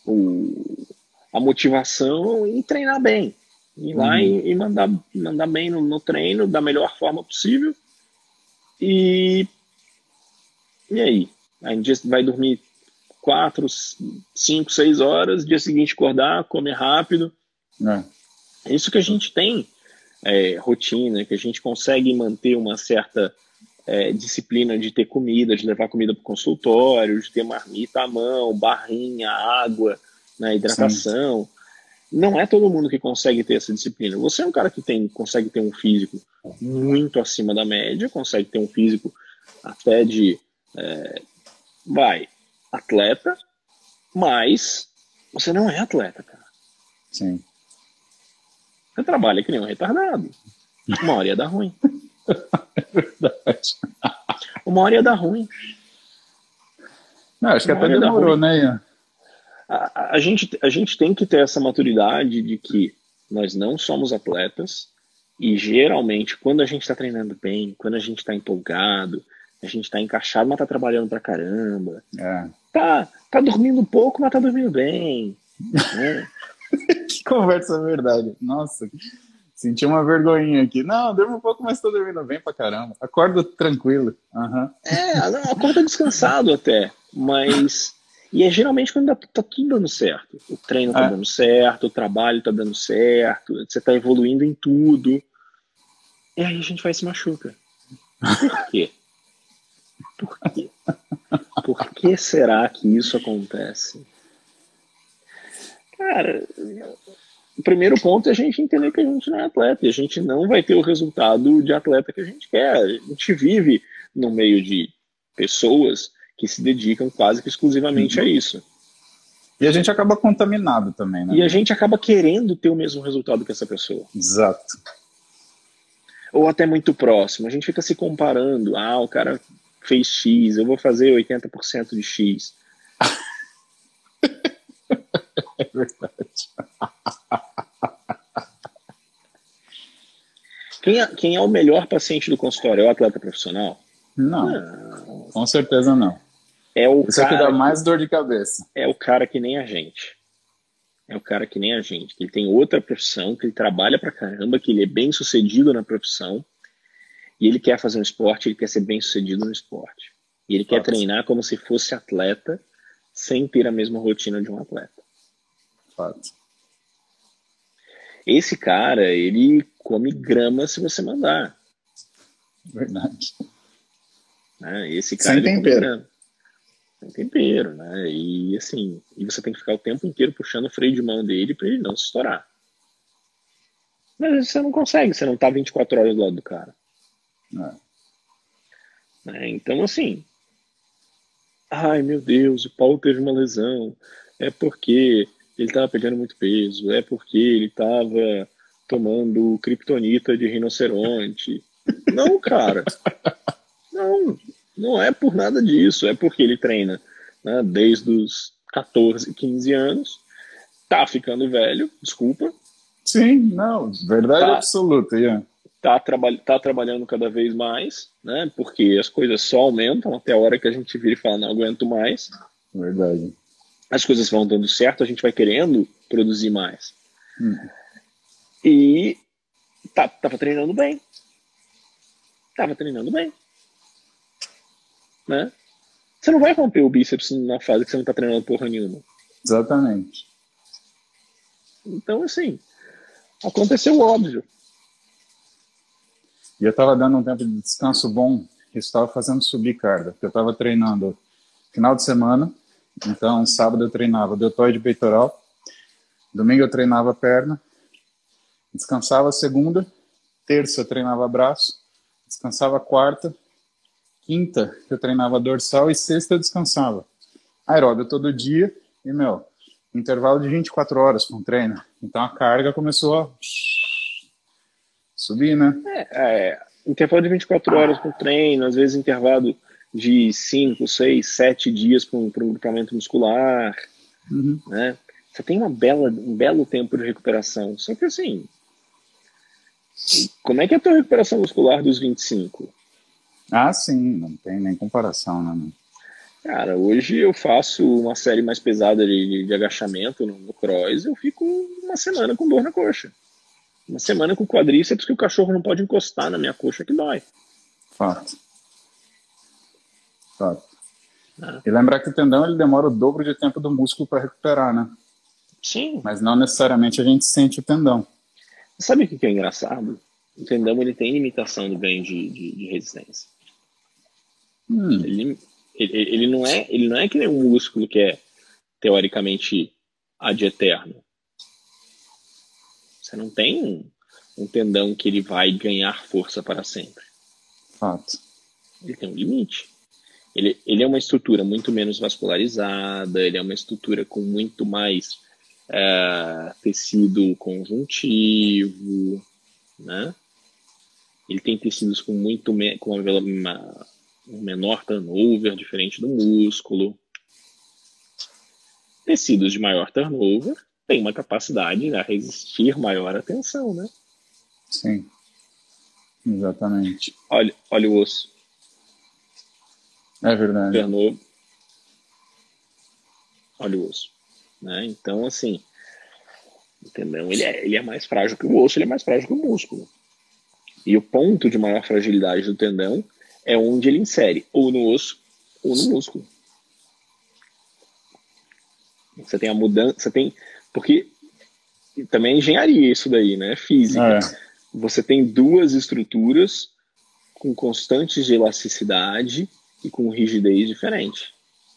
o, a motivação em treinar bem. Ir lá uhum. e, e mandar, mandar bem no, no treino da melhor forma possível. E, e aí? A gente vai dormir quatro, cinco, seis horas, dia seguinte acordar, comer rápido. É. É isso que a gente tem é, rotina, que a gente consegue manter uma certa é, disciplina de ter comida, de levar comida para o consultório, de ter marmita à mão, barrinha, água, né, hidratação. Sim. Não é todo mundo que consegue ter essa disciplina. Você é um cara que tem, consegue ter um físico muito acima da média, consegue ter um físico até de é, vai, atleta, mas você não é atleta, cara. Sim. Você trabalha que nem um retardado. Uma hora ia dar ruim. É verdade. Uma hora ia dar ruim. Não, acho que até demorou, né, Ian? A, a, a, gente, a gente tem que ter essa maturidade de que nós não somos atletas e geralmente quando a gente está treinando bem, quando a gente está empolgado, a gente está encaixado, mas tá trabalhando pra caramba. É. Tá, tá dormindo pouco, mas tá dormindo bem. Né? Que conversa verdade. Nossa, senti uma vergonhinha aqui. Não, durmo um pouco, mas tô dormindo bem pra caramba. Acordo tranquilo. Uhum. É, não, acorda descansado até. Mas... E é geralmente quando tá tudo dando certo. O treino tá é. dando certo, o trabalho tá dando certo, você tá evoluindo em tudo. E aí a gente vai se machuca. Por quê? Por quê? Por que será que isso acontece? Cara, o primeiro ponto é a gente entender que a gente não é atleta. E a gente não vai ter o resultado de atleta que a gente quer. A gente vive no meio de pessoas que se dedicam quase que exclusivamente uhum. a isso. E a gente acaba contaminado também, né? E a gente acaba querendo ter o mesmo resultado que essa pessoa. Exato. Ou até muito próximo. A gente fica se comparando. Ah, o cara fez X, eu vou fazer oitenta por cento de X. É verdade. Quem é, quem é o melhor paciente do consultório? É o atleta profissional? Não, não. Com certeza não. É o Isso aqui dá mais dor de cabeça. É o cara que nem a gente. É o cara que nem a gente. Que ele tem outra profissão, que ele trabalha pra caramba, que ele é bem sucedido na profissão, e ele quer fazer um esporte, ele quer ser bem sucedido no esporte. E ele Fato. quer treinar como se fosse atleta, sem ter a mesma rotina de um atleta. Fato. Esse cara, ele come grama se você mandar. Verdade. Né? Esse cara, sem tempero. Grama. Sem tempero, né? E assim, e você tem que ficar o tempo inteiro puxando o freio de mão dele para ele não se estourar. Mas você não consegue, você não tá vinte e quatro horas do lado do cara. É. Né? Então, assim, ai meu Deus, o Paulo teve uma lesão, é porque ele estava pegando muito peso, é porque ele estava tomando criptonita de rinoceronte. Não, cara. Não, não é por nada disso. É porque ele treina, né, desde os catorze, quinze anos, tá ficando velho, desculpa. Sim, não, verdade tá, absoluta, Ian. Tá, traba tá trabalhando cada vez mais, né? Porque as coisas só aumentam até a hora que a gente vira e fala, não aguento mais. Verdade. As coisas vão dando certo, a gente vai querendo produzir mais. Hum. E tá, tava treinando bem. Tava treinando bem. Né? Você não vai romper o bíceps na fase que você não tá treinando porra nenhuma. Exatamente. Então, assim, aconteceu o óbvio. E eu tava dando um tempo de descanso bom, eu estava fazendo subir carga, porque eu tava treinando final de semana, então sábado eu treinava deltoide peitoral, domingo eu treinava perna, descansava segunda, terça eu treinava braço, descansava quarta, quinta eu treinava dorsal e sexta eu descansava. Aeróbio todo dia e, meu, intervalo de vinte e quatro horas com treino. Então a carga começou a subir, né? É, é, intervalo de vinte e quatro horas com treino, às vezes intervalo de cinco, seis, sete dias para um grupamento muscular. Uhum. Né? Você tem uma bela, um belo tempo de recuperação. Só que assim, como é que é a tua recuperação muscular dos vinte e cinco? Ah, sim, não tem nem comparação, né? Cara, hoje eu faço uma série mais pesada de, de agachamento no, no cross, eu fico uma semana com dor na coxa. Uma semana com quadríceps que o cachorro não pode encostar na minha coxa que dói. Fato, fato. Né? E lembrar que o tendão ele demora o dobro de tempo do músculo para recuperar, né? Sim. Mas não necessariamente a gente sente o tendão. Sabe o que é engraçado? O tendão ele tem limitação do ganho de, de, de resistência. Hum, Ele, ele, ele, não é, ele não é que nem um músculo que é teoricamente ad eterno. Você não tem um, um tendão que ele vai ganhar força para sempre. fato. Ele tem um limite. Ele, ele é uma estrutura muito menos vascularizada, ele é uma estrutura com muito mais é, tecido conjuntivo, né? Ele tem tecidos com muito me, com uma, uma, um menor turnover, diferente do músculo. Tecidos de maior turnover têm uma capacidade a resistir maior à tensão, né? Sim, exatamente. Olha, olha o osso. É verdade. Turnover, olha o osso. Né? Então, assim, entendeu? Ele é, ele é mais frágil que o osso, ele é mais frágil que o músculo. E o ponto de maior fragilidade do tendão é onde ele insere, ou no osso ou no músculo. Você tem a mudança, você tem. Porque também é engenharia isso daí, né? Física. É, Você tem duas estruturas com constantes de elasticidade e com rigidez diferente.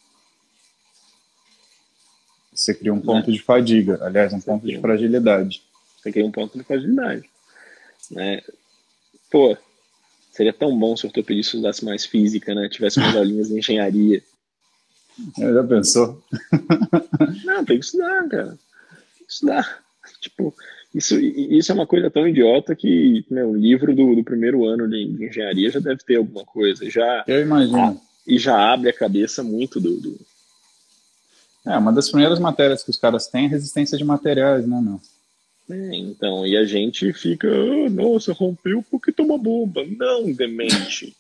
você cria um Né? ponto de fadiga, aliás, um Você ponto de cria, um, fragilidade. você cria um ponto de fragilidade. Né? Pô, seria tão bom se o ortopedista usasse mais física, né? Tivesse umas aulinhas de engenharia. Já pensou? Não, tem que estudar, cara. Tem que estudar. Tipo, isso, isso é uma coisa tão idiota que meu, o livro do, do primeiro ano de, de engenharia já deve ter alguma coisa. Já, Eu ah, imagino. e já abre a cabeça muito do, do. É, uma das primeiras matérias que os caras têm é resistência de materiais, né, meu? Né? Então, e a gente fica, oh, nossa, rompeu porque toma bomba. Não, demente.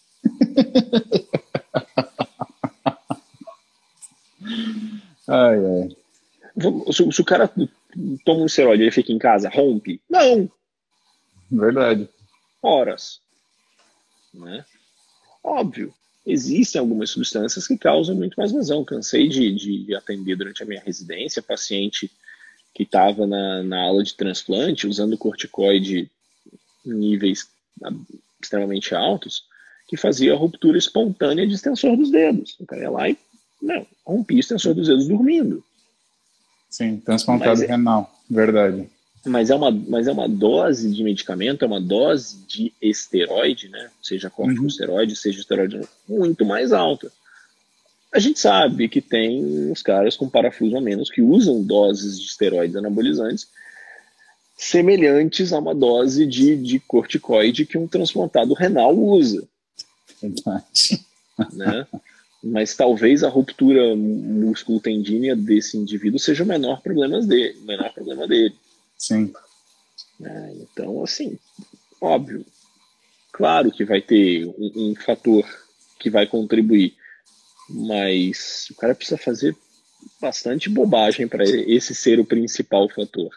Ai, ai. Se, se o cara toma um esteroide e ele fica em casa, rompe? Não, Verdade. horas. Né? Óbvio, existem algumas substâncias que causam muito mais lesão. Cansei de, de atender durante a minha residência paciente que estava na, na aula de transplante usando corticoide em níveis extremamente altos, que fazia a ruptura espontânea de extensor dos dedos. O cara ia lá e não, rompia o extensor dos dedos dormindo. Sim, Mas transplantado é, renal. Verdade. mas, é uma, mas é uma dose de medicamento, é uma dose de esteroide, né? Seja Uhum. corticosteroide, seja esteroide, muito mais alta. A gente sabe que tem os caras com parafuso a menos que usam doses de esteroides anabolizantes semelhantes a uma dose de, de corticoide que um transplantado renal usa, Verdade. né? Mas talvez a ruptura músculo-tendínea desse indivíduo seja o menor problema dele, o menor problema dele. Sim. Né? Então, assim, óbvio, claro que vai ter um, um fator que vai contribuir, mas o cara precisa fazer bastante bobagem para esse ser o principal fator.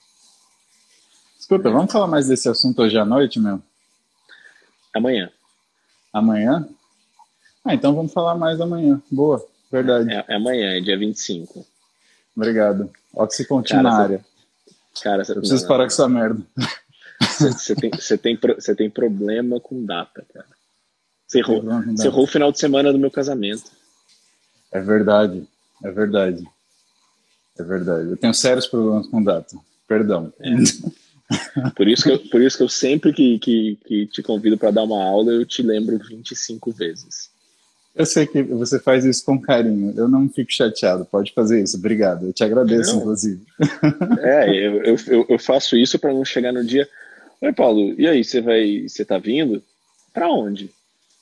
Escuta, vamos falar mais desse assunto hoje à noite, meu? Amanhã. Amanhã? Ah, então vamos falar mais amanhã. Boa, É, verdade. é amanhã, é dia vinte e cinco. Obrigado. Oxycontin Cara, na você. área. Cara, cê, Eu não, preciso não, parar não, com não. essa merda. Você tem, cê tem, cê tem problema com data, cara. Você Tem errou, problema com você data. errou o final de semana do meu casamento. É verdade. É verdade. É verdade. Eu tenho sérios problemas com data. Perdão. É. Por isso que eu, por isso que eu sempre que, que, que te convido para dar uma aula, eu te lembro vinte e cinco vezes. Eu sei que você faz isso com carinho. Eu não fico chateado. Pode fazer isso. Obrigado. Eu te agradeço, Não, inclusive. é, eu, eu, eu faço isso para não chegar no dia. Oi, Paulo, e aí, você vai, você tá vindo? Para onde?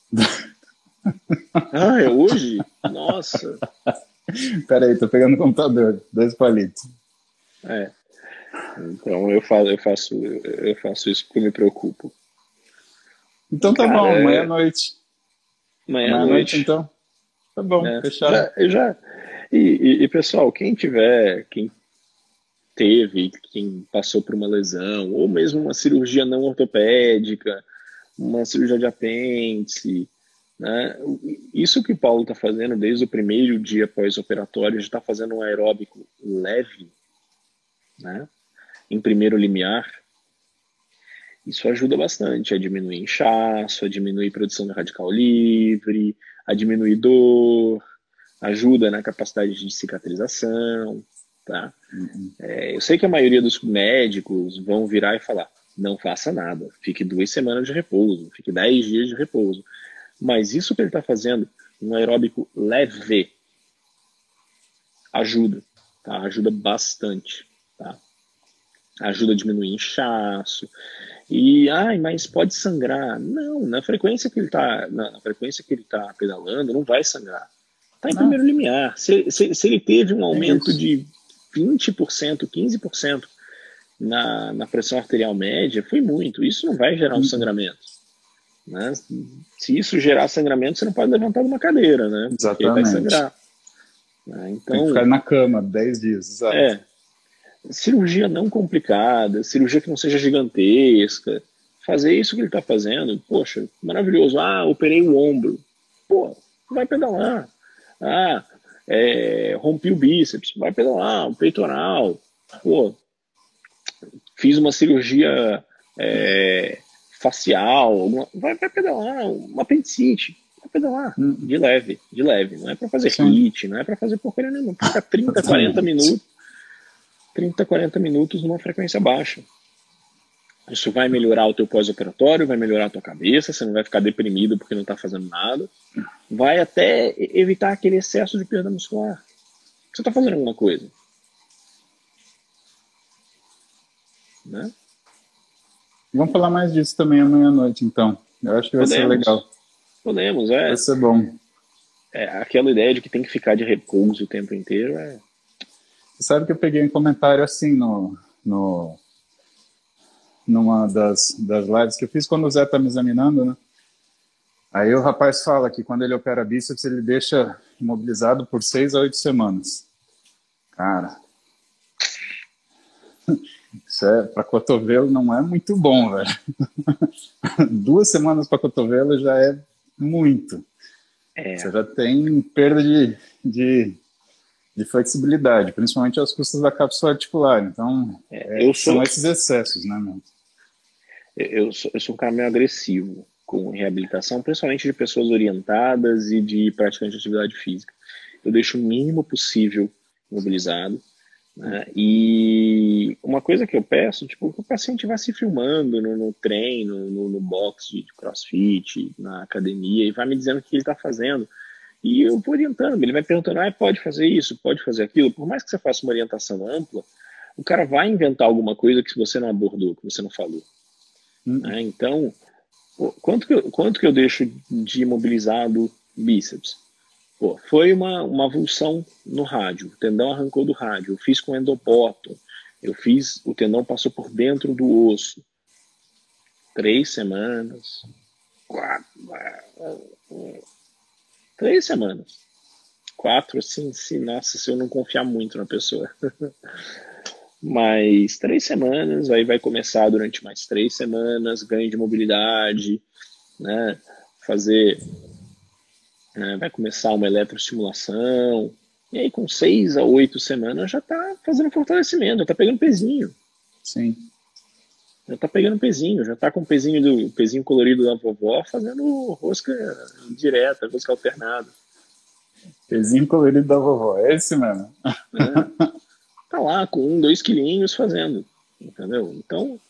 Ah, é hoje? Nossa. Peraí, tô pegando o computador. Dois palitos. É. Então eu faço, eu faço, eu faço isso porque eu me preocupo. Então tá Cara, bom, é amanhã à noite. Amanhã à noite, meia-noite. então. Tá bom, né? fechado. Já, eu já. E, e, e, pessoal, quem tiver, quem teve, quem passou por uma lesão, ou mesmo uma cirurgia não ortopédica, uma cirurgia de apêndice, né? Isso que o Paulo está fazendo desde o primeiro dia pós-operatório, já está fazendo um aeróbico leve, né? Em primeiro limiar. Isso ajuda bastante a diminuir inchaço, a diminuir produção de radical livre, a diminuir dor, ajuda na capacidade de cicatrização, tá? Uhum. É, eu sei que a maioria dos médicos vão virar e falar, não faça nada, fique duas semanas de repouso, fique dez dias de repouso. Mas isso que ele está fazendo, um aeróbico leve, ajuda, tá? Ajuda bastante, tá? Ajuda a diminuir inchaço. E, ai, mas pode sangrar. Não, na frequência que ele está na frequência que ele tá pedalando, não vai sangrar. Está em Não, primeiro limiar. Se, se, se ele teve um é aumento isso. de vinte por cento, quinze por cento na, na pressão arterial média, foi muito. Isso não vai gerar um Uhum. sangramento, né? Se isso gerar sangramento, você não pode levantar de uma cadeira, né? Porque vai Exatamente. sangrar, né? Tem que Então, ficar na cama dez dias, exato. é, cirurgia não complicada, cirurgia que não seja gigantesca, fazer isso que ele está fazendo, poxa, maravilhoso. Ah, operei o ombro. Pô, vai pedalar. Ah, é, rompi o bíceps, vai pedalar, o peitoral. Pô, fiz uma cirurgia é, facial, alguma, vai, vai pedalar, uma apendicite, vai pedalar, Uhum. de leve, de leve. Não é para fazer Sim, hit, não é para fazer porcaria nenhuma. Fica trinta, quarenta exatamente. minutos, trinta, quarenta minutos numa frequência baixa. Isso vai melhorar o teu pós-operatório, vai melhorar a tua cabeça, você não vai ficar deprimido porque não está fazendo nada. Vai até evitar aquele excesso de perda muscular. Você está fazendo alguma coisa, né? Vamos falar mais disso também amanhã à noite, então. Eu acho que vai ser Podemos, legal. podemos, Vai é, ser bom. é. Aquela ideia de que tem que ficar de repouso o tempo inteiro é. Você sabe que eu peguei um comentário assim no, no, numa das, das lives que eu fiz quando o Zé tá me examinando, né? Aí o rapaz fala que quando ele opera bíceps, ele deixa imobilizado por seis a oito semanas. Cara, isso é, para cotovelo não é muito bom, velho. Duas semanas para cotovelo já é muito. É, Você já tem perda de, de, de flexibilidade, principalmente aos custos da cápsula articular. Então, é, é, eu são sou esses excessos, né, meu? eu sou, eu sou um cara meio agressivo com reabilitação, principalmente de pessoas orientadas e de praticantes de atividade física. Eu deixo o mínimo possível mobilizado, né? E uma coisa que eu peço, tipo, que o paciente vá se filmando no, no treino, no, no box de crossfit, na academia, e vai me dizendo o que ele está fazendo. E eu vou orientando, ele vai perguntando, ah, pode fazer isso, pode fazer aquilo. Por mais que você faça uma orientação ampla, o cara vai inventar alguma coisa que você não abordou, que você não falou, Hum, né? Então, quanto que, eu, quanto que eu deixo de imobilizado bíceps? Pô, foi uma, uma avulsão no rádio, o tendão arrancou do rádio, eu fiz com endopoto, eu fiz, o tendão passou por dentro do osso, três semanas, quatro, três semanas, quatro, assim, se, nossa, se eu não confiar muito na pessoa. Mas três semanas, aí vai começar durante mais três semanas, ganho de mobilidade, né? Fazer, né? Vai começar uma eletroestimulação, e aí com seis a oito semanas já tá fazendo fortalecimento, já tá pegando pezinho, sim. já tá pegando pezinho, já tá com o pezinho do pezinho colorido da vovó fazendo rosca direta, rosca alternada, Pezinho colorido da vovó, é esse mesmo. né? Tá lá com um, dois quilinhos fazendo, entendeu? Então,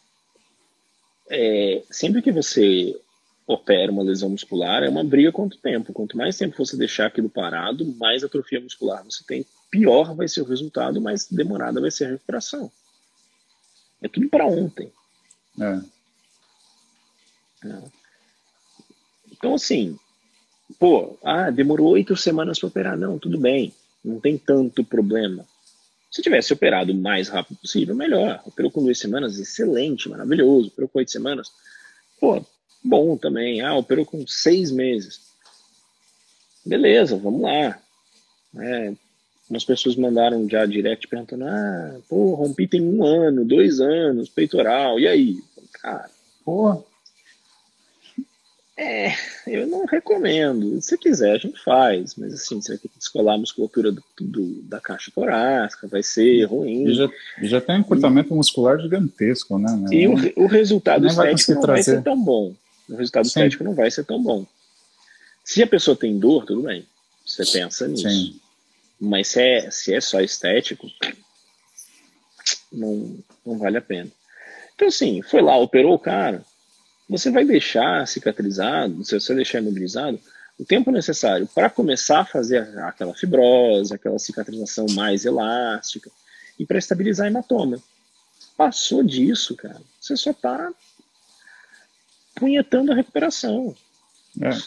é, sempre que você opera uma lesão muscular, é uma briga contra o tempo. Quanto mais tempo você deixar aquilo parado, mais atrofia muscular você tem. Pior vai ser o resultado, mais demorada vai ser a recuperação. É tudo para ontem, É. né? Então, assim, pô, ah, demorou oito semanas para operar. Não, tudo bem, não tem tanto problema. Se tivesse operado o mais rápido possível, melhor. Operou com duas semanas, excelente, maravilhoso. Operou com oito semanas, pô, bom também. Ah, operou com seis meses. beleza, vamos lá. É, umas pessoas mandaram já direct perguntando, ah, pô, rompi tem um ano, dois anos, peitoral, e aí? Cara, Pô, é, eu não recomendo. Se quiser, a gente faz, mas assim, você vai ter que descolar a musculatura do, do- da caixa torácica, vai ser e ruim. já, e já tem um E, encurtamento muscular gigantesco, né, meu? e o, Não, re- o resultado nem vai estético conseguir não vai ser trazer. tão bom. O resultado Sim, estético não vai ser tão bom. Se a pessoa tem dor, tudo bem. Você pensa nisso. sim. Mas se é, se é só estético, não, não vale a pena. Então, assim, foi lá, operou o cara, você vai deixar cicatrizado, se você deixar imobilizado, o tempo necessário para começar a fazer aquela fibrose, aquela cicatrização mais elástica e para estabilizar a hematoma. Passou disso, cara, você só está punhetando a recuperação. É.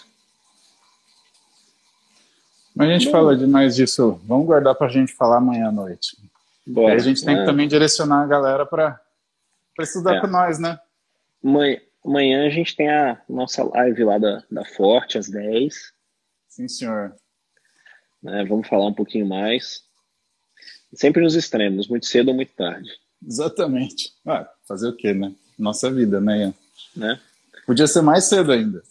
Mas a gente fala Bom, demais disso. Vamos guardar para a gente falar amanhã à noite. E aí a bora. gente tem que Ah, também direcionar a galera para estudar com é. nós, né? Amanhã, amanhã a gente tem a nossa live lá da, da Forte, às dez. Sim, senhor. Né? Vamos falar um pouquinho mais. Sempre nos extremos, muito cedo ou muito tarde. Exatamente. Ah, fazer o quê, né? Nossa vida, né, Ian? Né? Podia ser mais cedo ainda.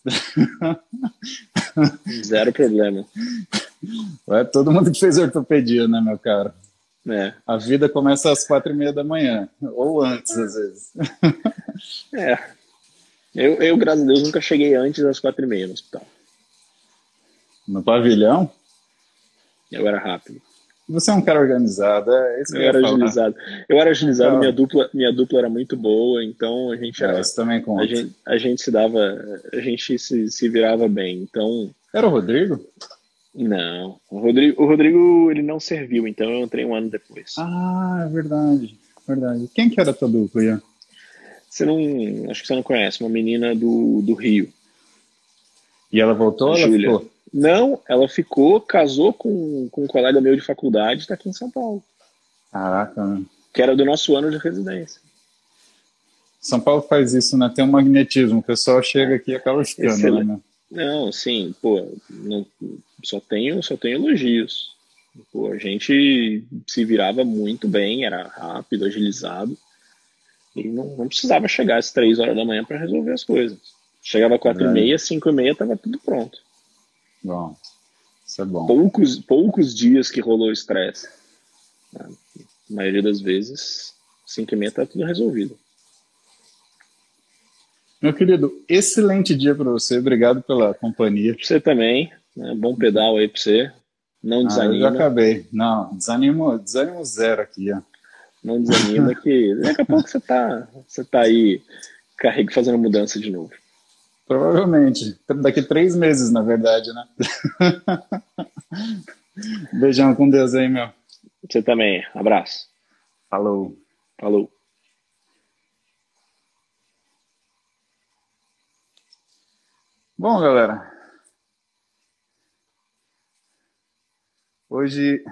Zero problema. É todo mundo que fez ortopedia, né, meu cara? É. A vida começa às quatro e meia da manhã, ou antes, às vezes. É. Eu, eu, graças a Deus, nunca cheguei antes das quatro e meia no hospital. No pavilhão, Eu era rápido. você é um cara organizado, é isso que Eu eu ia era falar. agilizado. Eu era agilizado, minha Então, dupla, minha dupla era muito boa, então a gente é, era. isso também A conta. gente, a gente se dava. A gente se, se virava bem. Então, Era o Rodrigo? não. O Rodrigo, o Rodrigo, ele não serviu, então eu entrei um ano depois. Ah, é verdade, verdade. Quem que era tua dupla, Ian? Você não. Acho que você não conhece, uma menina do, do Rio, E ela voltou a ou ela Júlia. ficou? Não, ela ficou, casou com, com um colega meu de faculdade, está aqui em São Paulo, Caraca, né? que era do nosso ano de residência. São Paulo faz isso, né? Tem um magnetismo. O pessoal chega É, aqui e acaba ficando, né, excelente. meu? Não, sim, pô, não, só tenho, só tenho elogios. Pô, a gente se virava muito bem, era rápido, agilizado, e não, não precisava chegar às três horas da manhã para resolver as coisas. Chegava às quatro e Verdade. meia, cinco e meia, estava tudo pronto. Bom, isso é bom. Poucos, poucos dias que rolou estresse. Né? A maioria das vezes, cinco e meia tá tudo resolvido. Meu querido, excelente dia para você. Obrigado pela companhia. Pra você também, né? Bom pedal aí pra você. Não Ah, eu já desanima, acabei. Não, desânimo, desânimo zero aqui, ó. não desanima que daqui a pouco você tá, você tá aí carrega fazendo mudança de novo. Provavelmente. Daqui três meses, na verdade, né? Beijão com Deus aí, meu. Você também. Abraço. Falou. Falou. Bom, galera, hoje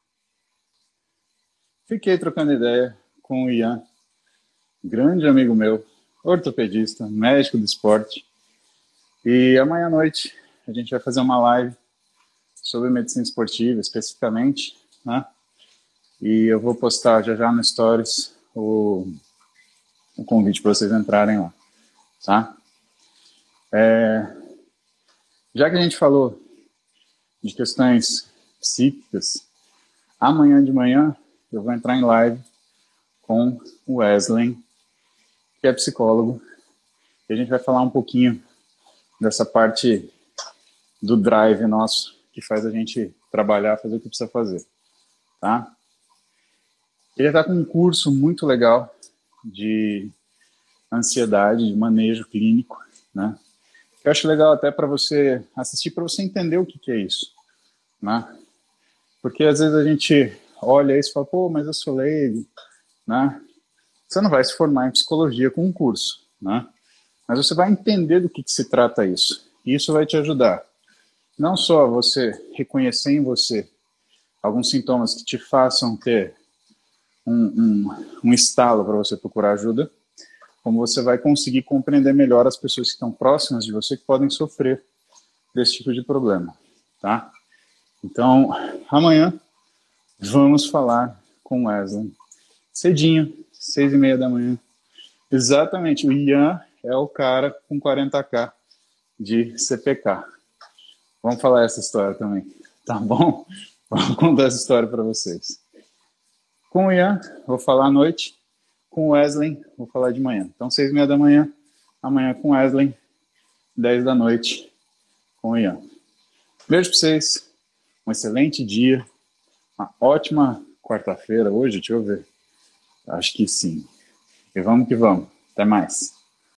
fiquei trocando ideia com o Ian, grande amigo meu, ortopedista, médico do esporte. E amanhã à noite a gente vai fazer uma live sobre medicina esportiva, especificamente, né? E eu vou postar já já no Stories o, o convite para vocês entrarem lá, tá? É, já que a gente falou de questões psíquicas, amanhã de manhã eu vou entrar em live com o Wesley, que é psicólogo, e a gente vai falar um pouquinho dessa parte do drive nosso, que faz a gente trabalhar, fazer o que precisa fazer, tá? Ele está com um curso muito legal de ansiedade, de manejo clínico, né? Eu acho legal até para você assistir, para você entender o que, que é isso, né? Porque às vezes a gente olha isso e fala, pô, mas eu sou leigo, né? Você não vai se formar em psicologia com um curso, né? Mas você vai entender do que, que se trata isso. E isso vai te ajudar. Não só você reconhecer em você alguns sintomas que te façam ter um, um, um estalo para você procurar ajuda, como você vai conseguir compreender melhor as pessoas que estão próximas de você que podem sofrer desse tipo de problema, tá? tá? Então, amanhã vamos falar com o Wesley cedinho, seis e meia da manhã. Exatamente, o Ian é o cara com quarenta k de C P K. Vamos falar essa história também, tá bom? Vou contar essa história para vocês. Com o Ian, vou falar à noite. Com o Wesley, vou falar de manhã. Então, seis e meia da manhã, amanhã com o Wesley, dez da noite com o Ian. Beijo para vocês, um excelente dia, uma ótima quarta-feira hoje, deixa eu ver. Acho que sim. E vamos que vamos. Até mais.